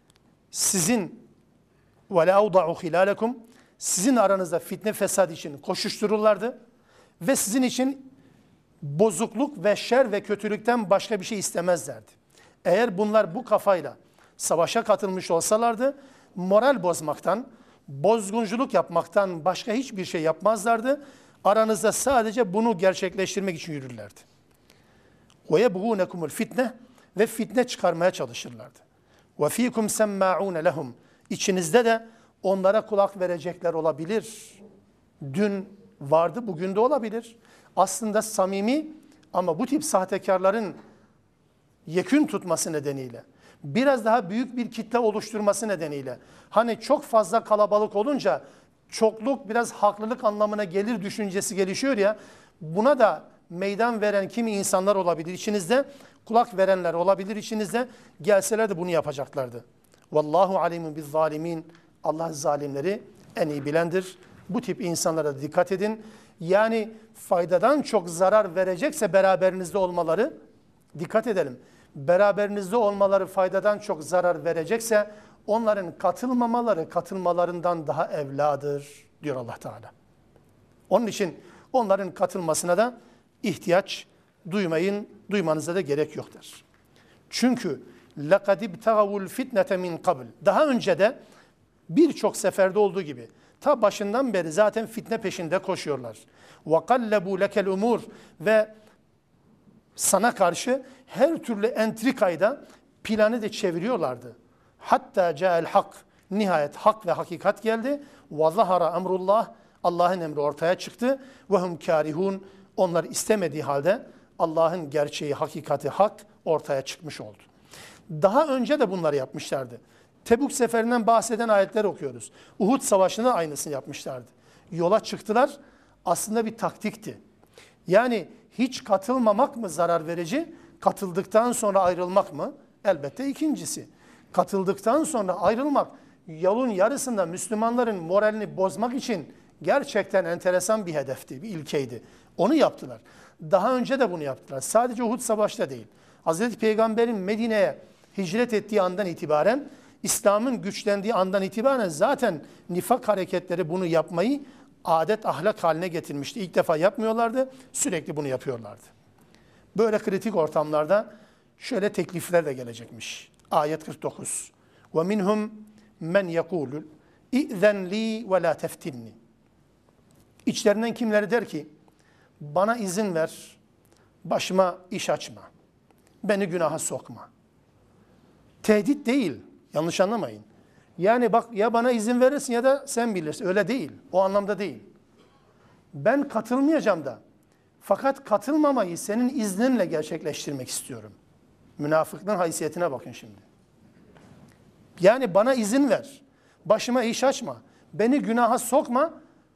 sizin وَلَاُوْضَعُوا خِلَالَكُمْ sizin aranızda fitne fesad için koşuştururlardı ve sizin için bozukluk ve şer ve kötülükten başka bir şey istemezlerdi. Eğer bunlar bu kafayla savaşa katılmış olsalardı, moral bozmaktan, bozgunculuk yapmaktan başka hiçbir şey yapmazlardı. Aranızda sadece bunu gerçekleştirmek için yürürlerdi. وَيَبْغُونَكُمُ الْفِتْنَةِ Ve fitne çıkarmaya çalışırlardı. وَف۪يكُمْ سَمَّاعُونَ لَهُمْ İçinizde de onlara kulak verecekler olabilir. Dün vardı, bugün de olabilir. Aslında samimi ama bu tip sahtekarların yekün tutması nedeniyle, biraz daha büyük bir kitle oluşturması nedeniyle, hani çok fazla kalabalık olunca çokluk biraz haklılık anlamına gelir düşüncesi gelişiyor ya, buna da meydan veren kimi insanlar olabilir içinizde, kulak verenler olabilir içinizde, gelseler de bunu yapacaklardı. Vallahu alimun biz zalimin. Allah zalimleri en iyi bilendir. Bu tip insanlara dikkat edin. Yani faydadan çok zarar verecekse beraberinizde olmaları, dikkat edelim. Beraberinizde olmaları faydadan çok zarar verecekse onların katılmamaları katılmalarından daha evladır diyor Allah Teala. Onun için onların katılmasına da ihtiyaç duymayın, duymanıza da gerek yoktur. Çünkü لَقَدْ اِبْتَغَوُ الْفِتْنَةَ مِنْ قَبْلِ Daha önce de birçok seferde olduğu gibi ta başından beri zaten fitne peşinde koşuyorlar. وَقَلَّبُوا لَكَ الْاُمُورِ Ve sana karşı her türlü entrikayda planı da çeviriyorlardı. Hatta ca'el hak. Nihayet hak ve hakikat geldi. وَظَهَرَ emrullah Allah'ın emri ortaya çıktı. وَهُمْ كَارِهُونَ Onlar istemediği halde Allah'ın gerçeği, hakikati, hak ortaya çıkmış oldu. Daha önce de bunları yapmışlardı. Tebuk seferinden bahseden ayetler okuyoruz. Uhud savaşında aynısını yapmışlardı. Yola çıktılar. Aslında bir taktikti. Yani hiç katılmamak mı zarar verici? Katıldıktan sonra ayrılmak mı? Elbette ikincisi. Katıldıktan sonra ayrılmak yolun yarısında Müslümanların moralini bozmak için gerçekten enteresan bir hedefti, bir ilkeydi. Onu yaptılar. Daha önce de bunu yaptılar. Sadece Uhud savaşta değil. Hazreti Peygamber'in Medine'ye hicret ettiği andan itibaren, İslam'ın güçlendiği andan itibaren zaten nifak hareketleri bunu yapmayı adet ahlak haline getirmişti. İlk defa yapmıyorlardı, sürekli bunu yapıyorlardı. Böyle kritik ortamlarda şöyle teklifler de gelecekmiş. Ayet kırk dokuz. وَمِنْهُمْ مَنْ يَقُولُ اِذَنْ لِي وَلَا تَفْتِنِّي İçlerinden kimleri der ki, bana izin ver, başıma iş açma, beni günaha sokma. Tehdit değil, yanlış anlamayın. Yani bak ya bana izin verirsin ya da sen bilirsin. Öyle değil, o anlamda değil. Ben katılmayacağım da, fakat katılmamayı senin izninle gerçekleştirmek istiyorum. Münafıklığın haysiyetine bakın şimdi. Yani bana izin ver, başıma iş açma, Beni günaha sokma.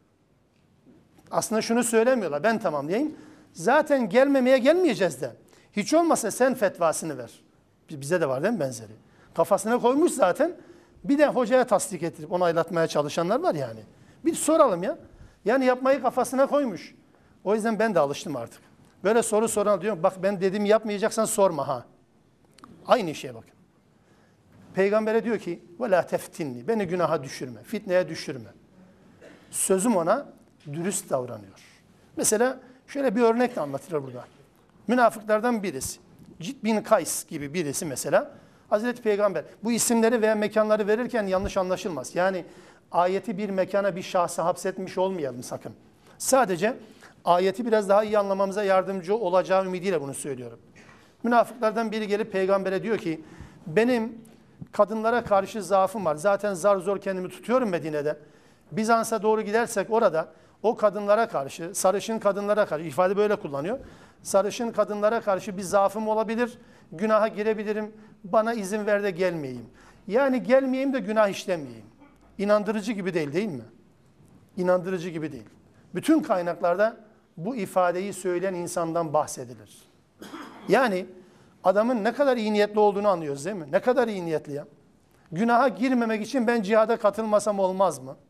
Aslında şunu söylemiyorlar. Ben tamamlayayım. Zaten gelmemeye gelmeyeceğiz de. Hiç olmazsa sen fetvasını ver. Bize de var değil mi benzeri? Kafasına koymuş zaten. Bir de hocaya tasdik ettirip onaylatmaya çalışanlar var yani. Bir soralım ya. Yani yapmayı kafasına koymuş. O yüzden ben de alıştım artık. Böyle soru soran diyorum. Bak ben dediğimi yapmayacaksan sorma ha. Aynı şeye bakın. Peygamber'e diyor ki وَلَا تَفْتِنِّي Beni günaha düşürme, fitneye düşürme. Sözüm ona dürüst davranıyor. Mesela şöyle bir örnek de anlatılır burada. Münafıklardan birisi. Cid bin Kays gibi birisi mesela. Hazreti Peygamber bu isimleri veya mekanları verirken yanlış anlaşılmaz. Yani ayeti bir mekana bir şahsı hapsetmiş olmayalım sakın. Sadece ayeti biraz daha iyi anlamamıza yardımcı olacağı ümidiyle bunu söylüyorum. Münafıklardan biri gelip peygambere diyor ki benim kadınlara karşı zaafım var. Zaten zar zor kendimi tutuyorum Medine'de. Bizans'a doğru gidersek orada o kadınlara karşı, sarışın kadınlara karşı, ifade böyle kullanıyor. Sarışın kadınlara karşı bir zaafım olabilir, günaha girebilirim, bana izin ver de gelmeyeyim. Yani gelmeyeyim de günah işlemeyeyim. İnandırıcı gibi değil değil mi? İnandırıcı gibi değil. Bütün kaynaklarda bu ifadeyi söyleyen insandan bahsedilir. Yani adamın ne kadar iyi niyetli olduğunu anlıyoruz değil mi? Ne kadar iyi niyetli ya. Günaha girmemek için ben cihada katılmasam olmaz mı?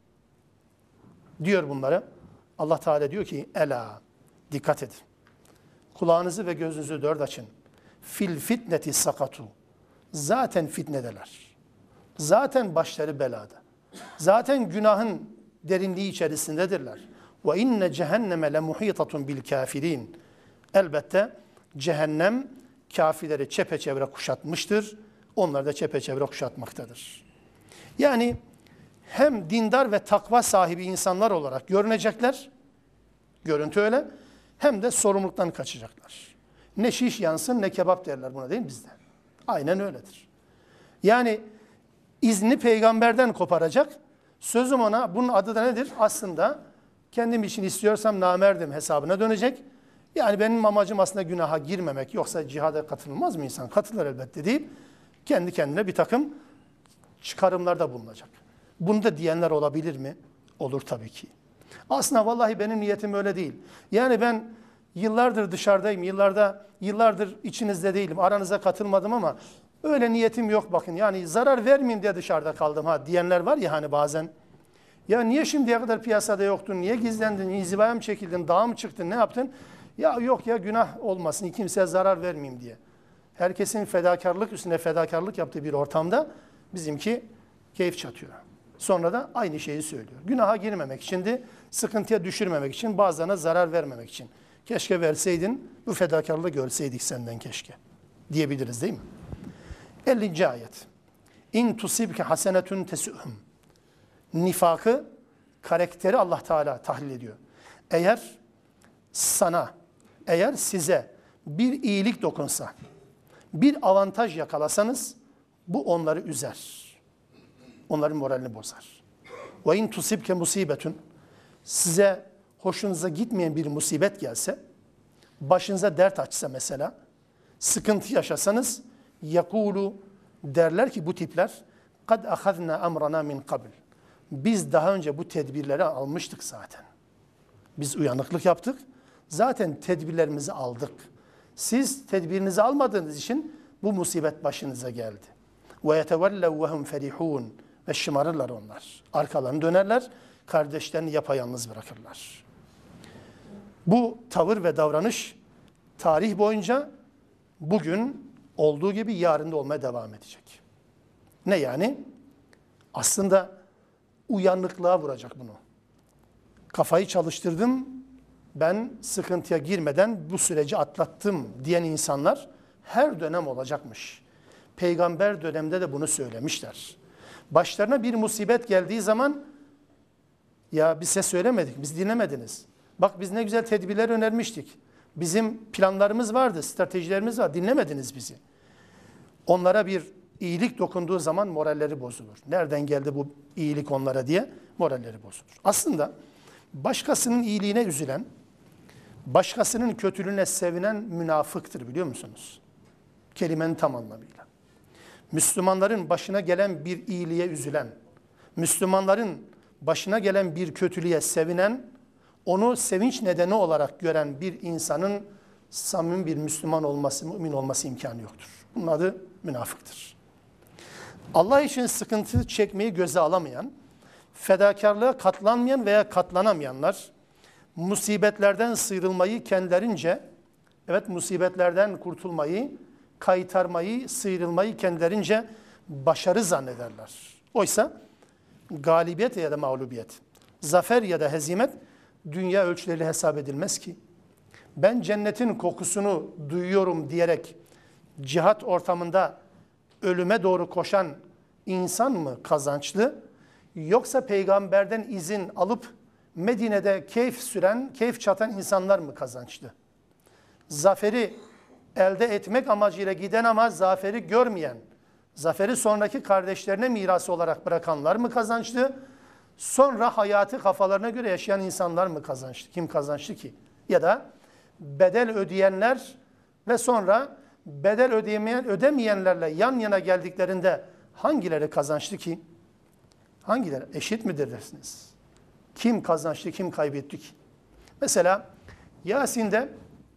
Diyor bunları. Allah Teala diyor ki ela dikkat edin. Kulağınızı ve gözünüzü dört açın. Fil fitneti sakatu. Zaten fitnedeler. Zaten başları belada. Zaten günahın derinliği içerisindedirler. Ve inne cehenneme le muhitatun bil kafirin. Elbette cehennem kafirleri çepeçevre kuşatmıştır. Onlar da çepeçevre kuşatmaktadır. Yani hem dindar ve takva sahibi insanlar olarak görünecekler, görüntü öyle, hem de sorumluluktan kaçacaklar. Ne şiş yansın ne kebap derler buna değil mi bizde? Aynen öyledir. Yani izni peygamberden koparacak, sözüm ona, bunun adı da nedir? Aslında kendim için istiyorsam namerdim hesabına dönecek. Yani benim amacım aslında günaha girmemek, yoksa cihada katılmaz mı insan? Katılır elbette deyip kendi kendine bir takım çıkarımlarda bulunacak. Bunu da diyenler olabilir mi? Olur tabii ki. Aslında vallahi benim niyetim öyle değil. Yani ben yıllardır dışarıdayım, yıllarda, yıllardır içinizde değilim, aranıza katılmadım ama öyle niyetim yok bakın. Yani zarar vermeyeyim diye dışarıda kaldım ha diyenler var ya hani bazen. Ya niye şimdiye kadar piyasada yoktun, niye gizlendin, inzivaya mı çekildin, dağa mı çıktın, ne yaptın? Ya yok ya günah olmasın, kimseye zarar vermeyeyim diye. Herkesin fedakarlık üstüne fedakarlık yaptığı bir ortamda bizimki keyif çatıyor. Sonra da aynı şeyi söylüyor. Günaha girmemek için de sıkıntıya düşürmemek için, bazılarına zarar vermemek için. Keşke verseydin, bu fedakarlığı görseydik senden keşke. Diyebiliriz değil mi? ellinci ayet. İn tusibke hasenetun tesuhum. Nifakı, karakteri Allah Teala tahlil ediyor. Eğer sana, eğer size bir iyilik dokunsa, bir avantaj yakalasanız, bu onları üzer. Onların moralini bozar. Ve in tusibke musibetun. Size hoşunuza gitmeyen bir musibet gelse, başınıza dert açsa mesela, sıkıntı yaşasanız, yakulu derler ki bu tipler, kad ahadna amrana min qabl. Biz daha önce bu tedbirleri almıştık zaten. Biz uyanıklık yaptık. Zaten tedbirlerimizi aldık. Siz tedbirinizi almadığınız için bu musibet başınıza geldi. Ve yetevellev ve hum ferihun. Ve şımarırlar onlar. Arkalarını dönerler, kardeşlerini yapayalnız bırakırlar. Bu tavır ve davranış tarih boyunca bugün olduğu gibi yarın da olmaya devam edecek. Ne yani? Aslında uyanıklığa vuracak bunu. Kafayı çalıştırdım, ben sıkıntıya girmeden bu süreci atlattım diyen insanlar her dönem olacakmış. Peygamber döneminde de bunu söylemişler. Başlarına bir musibet geldiği zaman ya biz size söylemedik, biz dinlemediniz. Bak biz ne güzel tedbirler önermiştik. Bizim planlarımız vardı, stratejilerimiz var, dinlemediniz bizi. Onlara bir iyilik dokunduğu zaman moralleri bozulur. Nereden geldi bu iyilik onlara diye moralleri bozulur. Aslında başkasının iyiliğine üzülen, başkasının kötülüğüne sevinen münafıktır biliyor musunuz? Kelimenin tam anlamıyla. Müslümanların başına gelen bir iyiliğe üzülen, Müslümanların başına gelen bir kötülüğe sevinen, onu sevinç nedeni olarak gören bir insanın samimi bir Müslüman olması, mümin olması imkanı yoktur. Bunun adı münafıktır. Allah için sıkıntı çekmeyi göze alamayan, fedakarlığa katlanmayan veya katlanamayanlar, musibetlerden sıyrılmayı kendilerince, evet musibetlerden kurtulmayı, kaytarmayı, sıyrılmayı kendilerince başarı zannederler. Oysa galibiyet ya da mağlubiyet, zafer ya da hezimet dünya ölçüleriyle hesap edilmez ki. Ben cennetin kokusunu duyuyorum diyerek cihat ortamında ölüme doğru koşan insan mı kazançlı? Yoksa peygamberden izin alıp Medine'de keyif süren, keyif çatan insanlar mı kazançlı? Zaferi elde etmek amacıyla giden ama zaferi görmeyen, zaferi sonraki kardeşlerine mirası olarak bırakanlar mı kazançlı? Sonra hayatı kafalarına göre yaşayan insanlar mı kazançlı? Kim kazançlı ki? Ya da bedel ödeyenler ve sonra bedel ödemeyen, ödemeyenlerle yan yana geldiklerinde hangileri kazançlı ki? Hangileri? Eşit midir dersiniz? Kim kazançlı, kim kaybetti ki? Mesela Yasin'de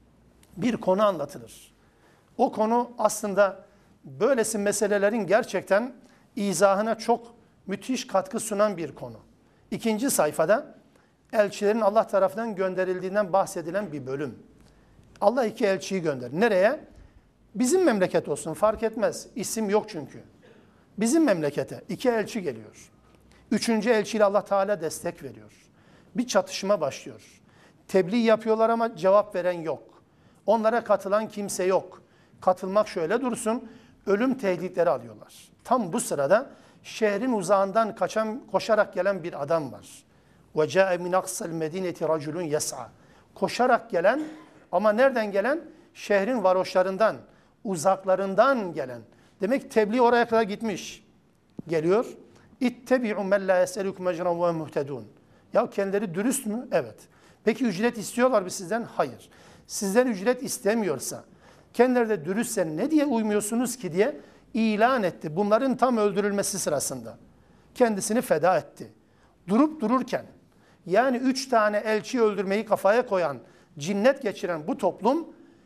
bir konu anlatılır. O konu aslında böylesi meselelerin gerçekten izahına çok müthiş katkı sunan bir konu. İkinci sayfada elçilerin Allah tarafından gönderildiğinden bahsedilen bir bölüm. Allah iki elçiyi gönderir. Nereye? Bizim memleket olsun, fark etmez. İsim yok çünkü. Bizim memlekete iki elçi geliyor. Üçüncü elçiyle Allah Teala destek veriyor. Bir çatışma başlıyor. Tebliğ yapıyorlar ama cevap veren yok. Onlara katılan kimse yok. Katılmak şöyle dursun, ölüm tehditleri alıyorlar. Tam bu sırada şehrin uzağından kaçan, koşarak gelen bir adam var. وَجَاءَ مِنْ أَقْصَى الْمَدِينَةِ رَجُلٌ يَسْعَى. Koşarak gelen ama nereden gelen? Şehrin varoşlarından, uzaklarından gelen. Demek tebliğ oraya kadar gitmiş. Geliyor. اِتَّبِعُ مَنْ لَا يَسْأَلُكُمْ مَجْرًا وَمُهْتَدُونَ. Ya kendileri dürüst mü? Evet. Peki ücret istiyorlar mı sizden? Hayır. Sizden ücret istemiyorsa, kendileri de dürüstse ne diye uymuyorsunuz ki diye ilan etti. Bunların tam öldürülmesi sırasında. Kendisini feda etti. Durup dururken, yani üç tane elçi öldürmeyi kafaya koyan, cinnet geçiren bu toplum,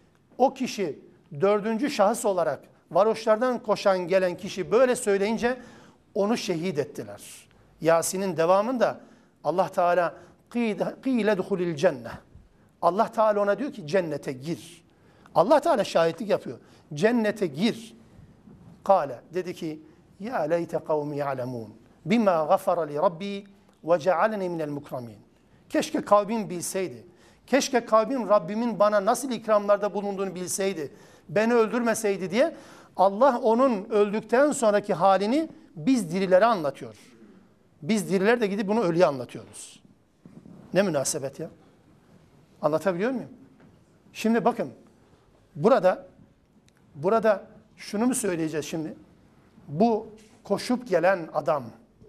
o kişi dördüncü şahıs olarak varoşlardan koşan gelen kişi böyle söyleyince onu şehit ettiler. Yasin'in devamında Allah Teala قِيلَ دُخُلِ الْجَنَّةِ. Allah Teala ona diyor ki cennete gir. Allah Teala şahitlik yapıyor. Cennete gir. Kale dedi ki ya leyte kavmi ya'lemun bima gafara li rabbi ve cealeni minel mukramin. Keşke kavmim bilseydi. Keşke kavmim Rabbimin bana nasıl ikramlarda bulunduğunu bilseydi. Beni öldürmeseydi diye Allah onun öldükten sonraki halini biz dirilere anlatıyor. Biz diriler de gidip bunu ölüye anlatıyoruz. Ne münasebet ya? Anlatabiliyor muyum? Şimdi bakın burada burada şunu mu söyleyeceğiz şimdi? Bu koşup gelen adam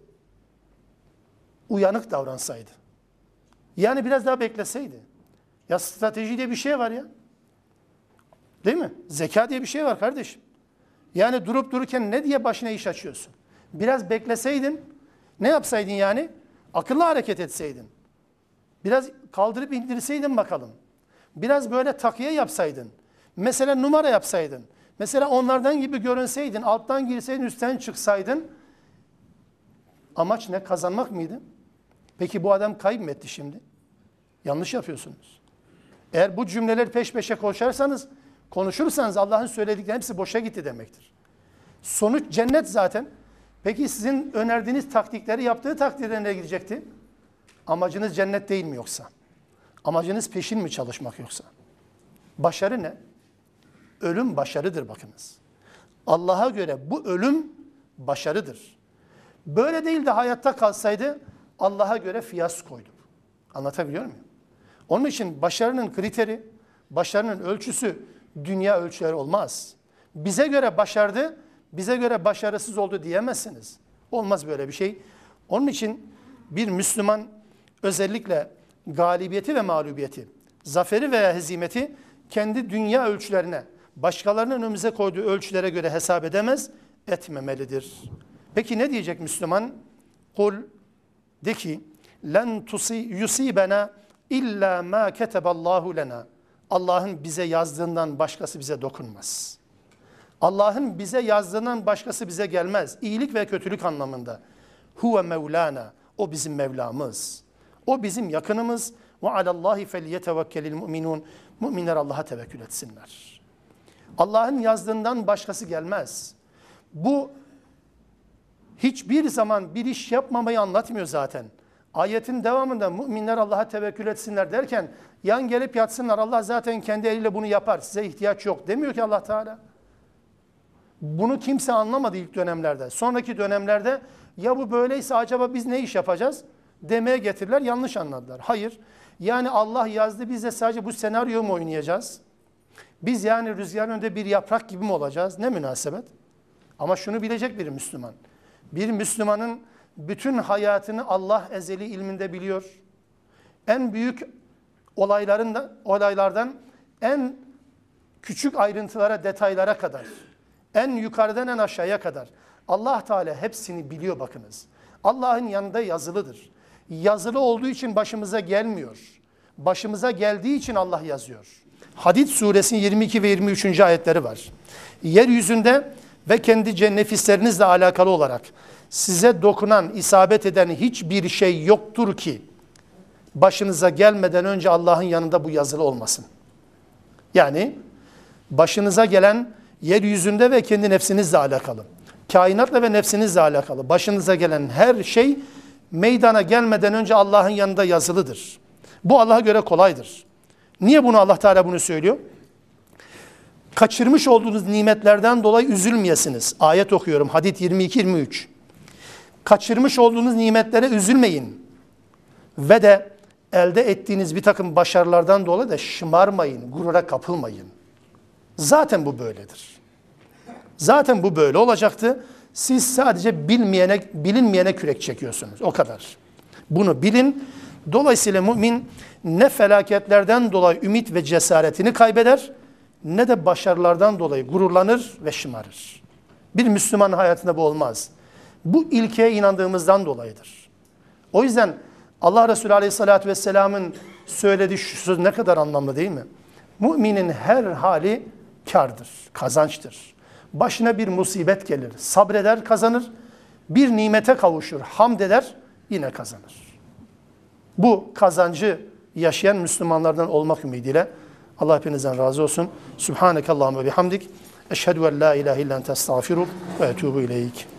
uyanık davransaydı. Yani biraz daha bekleseydi. Ya strateji diye bir şey var ya. Değil mi? Zeka diye bir şey var kardeşim. Yani durup dururken ne diye başına iş açıyorsun? Biraz bekleseydin, ne yapsaydın yani? Akıllı hareket etseydin. Biraz kaldırıp indirseydin bakalım. Biraz böyle takiye yapsaydın. Mesela numara yapsaydın. Mesela onlardan gibi görünseydin, alttan girseydin, üstten çıksaydın. Amaç ne? Kazanmak mıydı? Peki bu adam kayıp mı etti şimdi? Yanlış yapıyorsunuz. Eğer bu cümleleri peş peşe koşarsanız, konuşursanız Allah'ın söyledikleri hepsi boşa gitti demektir. Sonuç cennet zaten. Peki sizin önerdiğiniz taktikleri yaptığı takdirde nereye gidecekti? Amacınız cennet değil mi yoksa? Amacınız peşin mi çalışmak yoksa? Başarı ne? Ölüm başarıdır bakınız. Allah'a göre bu ölüm başarıdır. Böyle değil de hayatta kalsaydı Allah'a göre fiyaskoydu. Anlatabiliyor muyum? Onun için başarının kriteri, başarının ölçüsü dünya ölçüleri olmaz. Bize göre başardı, bize göre başarısız oldu diyemezsiniz. Olmaz böyle bir şey. Onun için bir Müslüman özellikle galibiyeti ve mağlubiyeti, zaferi veya hezimeti kendi dünya ölçülerine, başkalarının önümüze koyduğu ölçülere göre hesap edemez, etmemelidir. Peki ne diyecek Müslüman? Kul De ki len yusibena illa ma keteballahu lena. Allah'ın bize yazdığından başkası bize dokunmaz. Allah'ın bize yazdığından başkası bize gelmez. İyilik ve kötülük anlamında. Huve mevlana. O bizim Mevlamız. O bizim yakınımız. Ve alallahi felyetevekkelil mu'minun. Müminler Allah'a tevekkül etsinler. Allah'ın yazdığından başkası gelmez. Bu hiçbir zaman bir iş yapmamayı anlatmıyor zaten. Ayetin devamında müminler Allah'a tevekkül etsinler derken yan gelip yatsınlar. Allah zaten kendi eliyle bunu yapar. Size ihtiyaç yok demiyor ki Allah Teala. Bunu kimse anlamadı ilk dönemlerde. Sonraki dönemlerde ya bu böyleyse acaba biz ne iş yapacağız demeye getirdiler. Yanlış anladılar. Hayır. Yani Allah yazdı, biz de sadece bu senaryoyu mu oynayacağız? Biz yani rüzgarın önünde bir yaprak gibi mi olacağız? Ne münasebet? Ama şunu bilecek bir Müslüman. Bir Müslümanın bütün hayatını Allah ezeli ilminde biliyor. En büyük olaylarından, olaylardan en küçük ayrıntılara, detaylara kadar, en yukarıdan en aşağıya kadar Allah Teala hepsini biliyor bakınız. Allah'ın yanında yazılıdır. Yazılı olduğu için başımıza gelmiyor. Başımıza geldiği için Allah yazıyor. Hadid suresinin yirmi iki ve yirmi üçüncü ayetleri var. Yeryüzünde ve kendi nefislerinizle alakalı olarak size dokunan, isabet eden hiçbir şey yoktur ki başınıza gelmeden önce Allah'ın yanında bu yazılı olmasın. Yani başınıza gelen yeryüzünde ve kendi nefsinizle alakalı, kainatla ve nefsinizle alakalı başınıza gelen her şey meydana gelmeden önce Allah'ın yanında yazılıdır. Bu Allah'a göre kolaydır. Niye bunu Allah Teala bunu söylüyor? Kaçırmış olduğunuz nimetlerden dolayı üzülmeyesiniz. Ayet okuyorum. Hadid yirmi iki yirmi üç. Kaçırmış olduğunuz nimetlere üzülmeyin. Ve de elde ettiğiniz bir takım başarılardan dolayı da şımarmayın, gurura kapılmayın. Zaten bu böyledir. Zaten bu böyle olacaktı. Siz sadece bilmeyene, bilinmeyene kürek çekiyorsunuz. O kadar. Bunu bilin. Dolayısıyla mümin ne felaketlerden dolayı ümit ve cesaretini kaybeder, ne de başarılardan dolayı gururlanır ve şımarır. Bir Müslüman hayatında bu olmaz. Bu ilkeye inandığımızdan dolayıdır. O yüzden Allah Resulü Aleyhisselatü Vesselam'ın söylediği şu söz ne kadar anlamlı değil mi? Müminin her hali kârdır, kazançtır. Başına bir musibet gelir, sabreder, kazanır. Bir nimete kavuşur, hamd eder, yine kazanır. Bu kazancı yaşayan Müslümanlardan olmak ümidiyle Allah hepinizden razı olsun. Subhanekallahumma bihamdik. Eşhedü en la ilahe illa ente estağfiruk ve etûbü ileyk.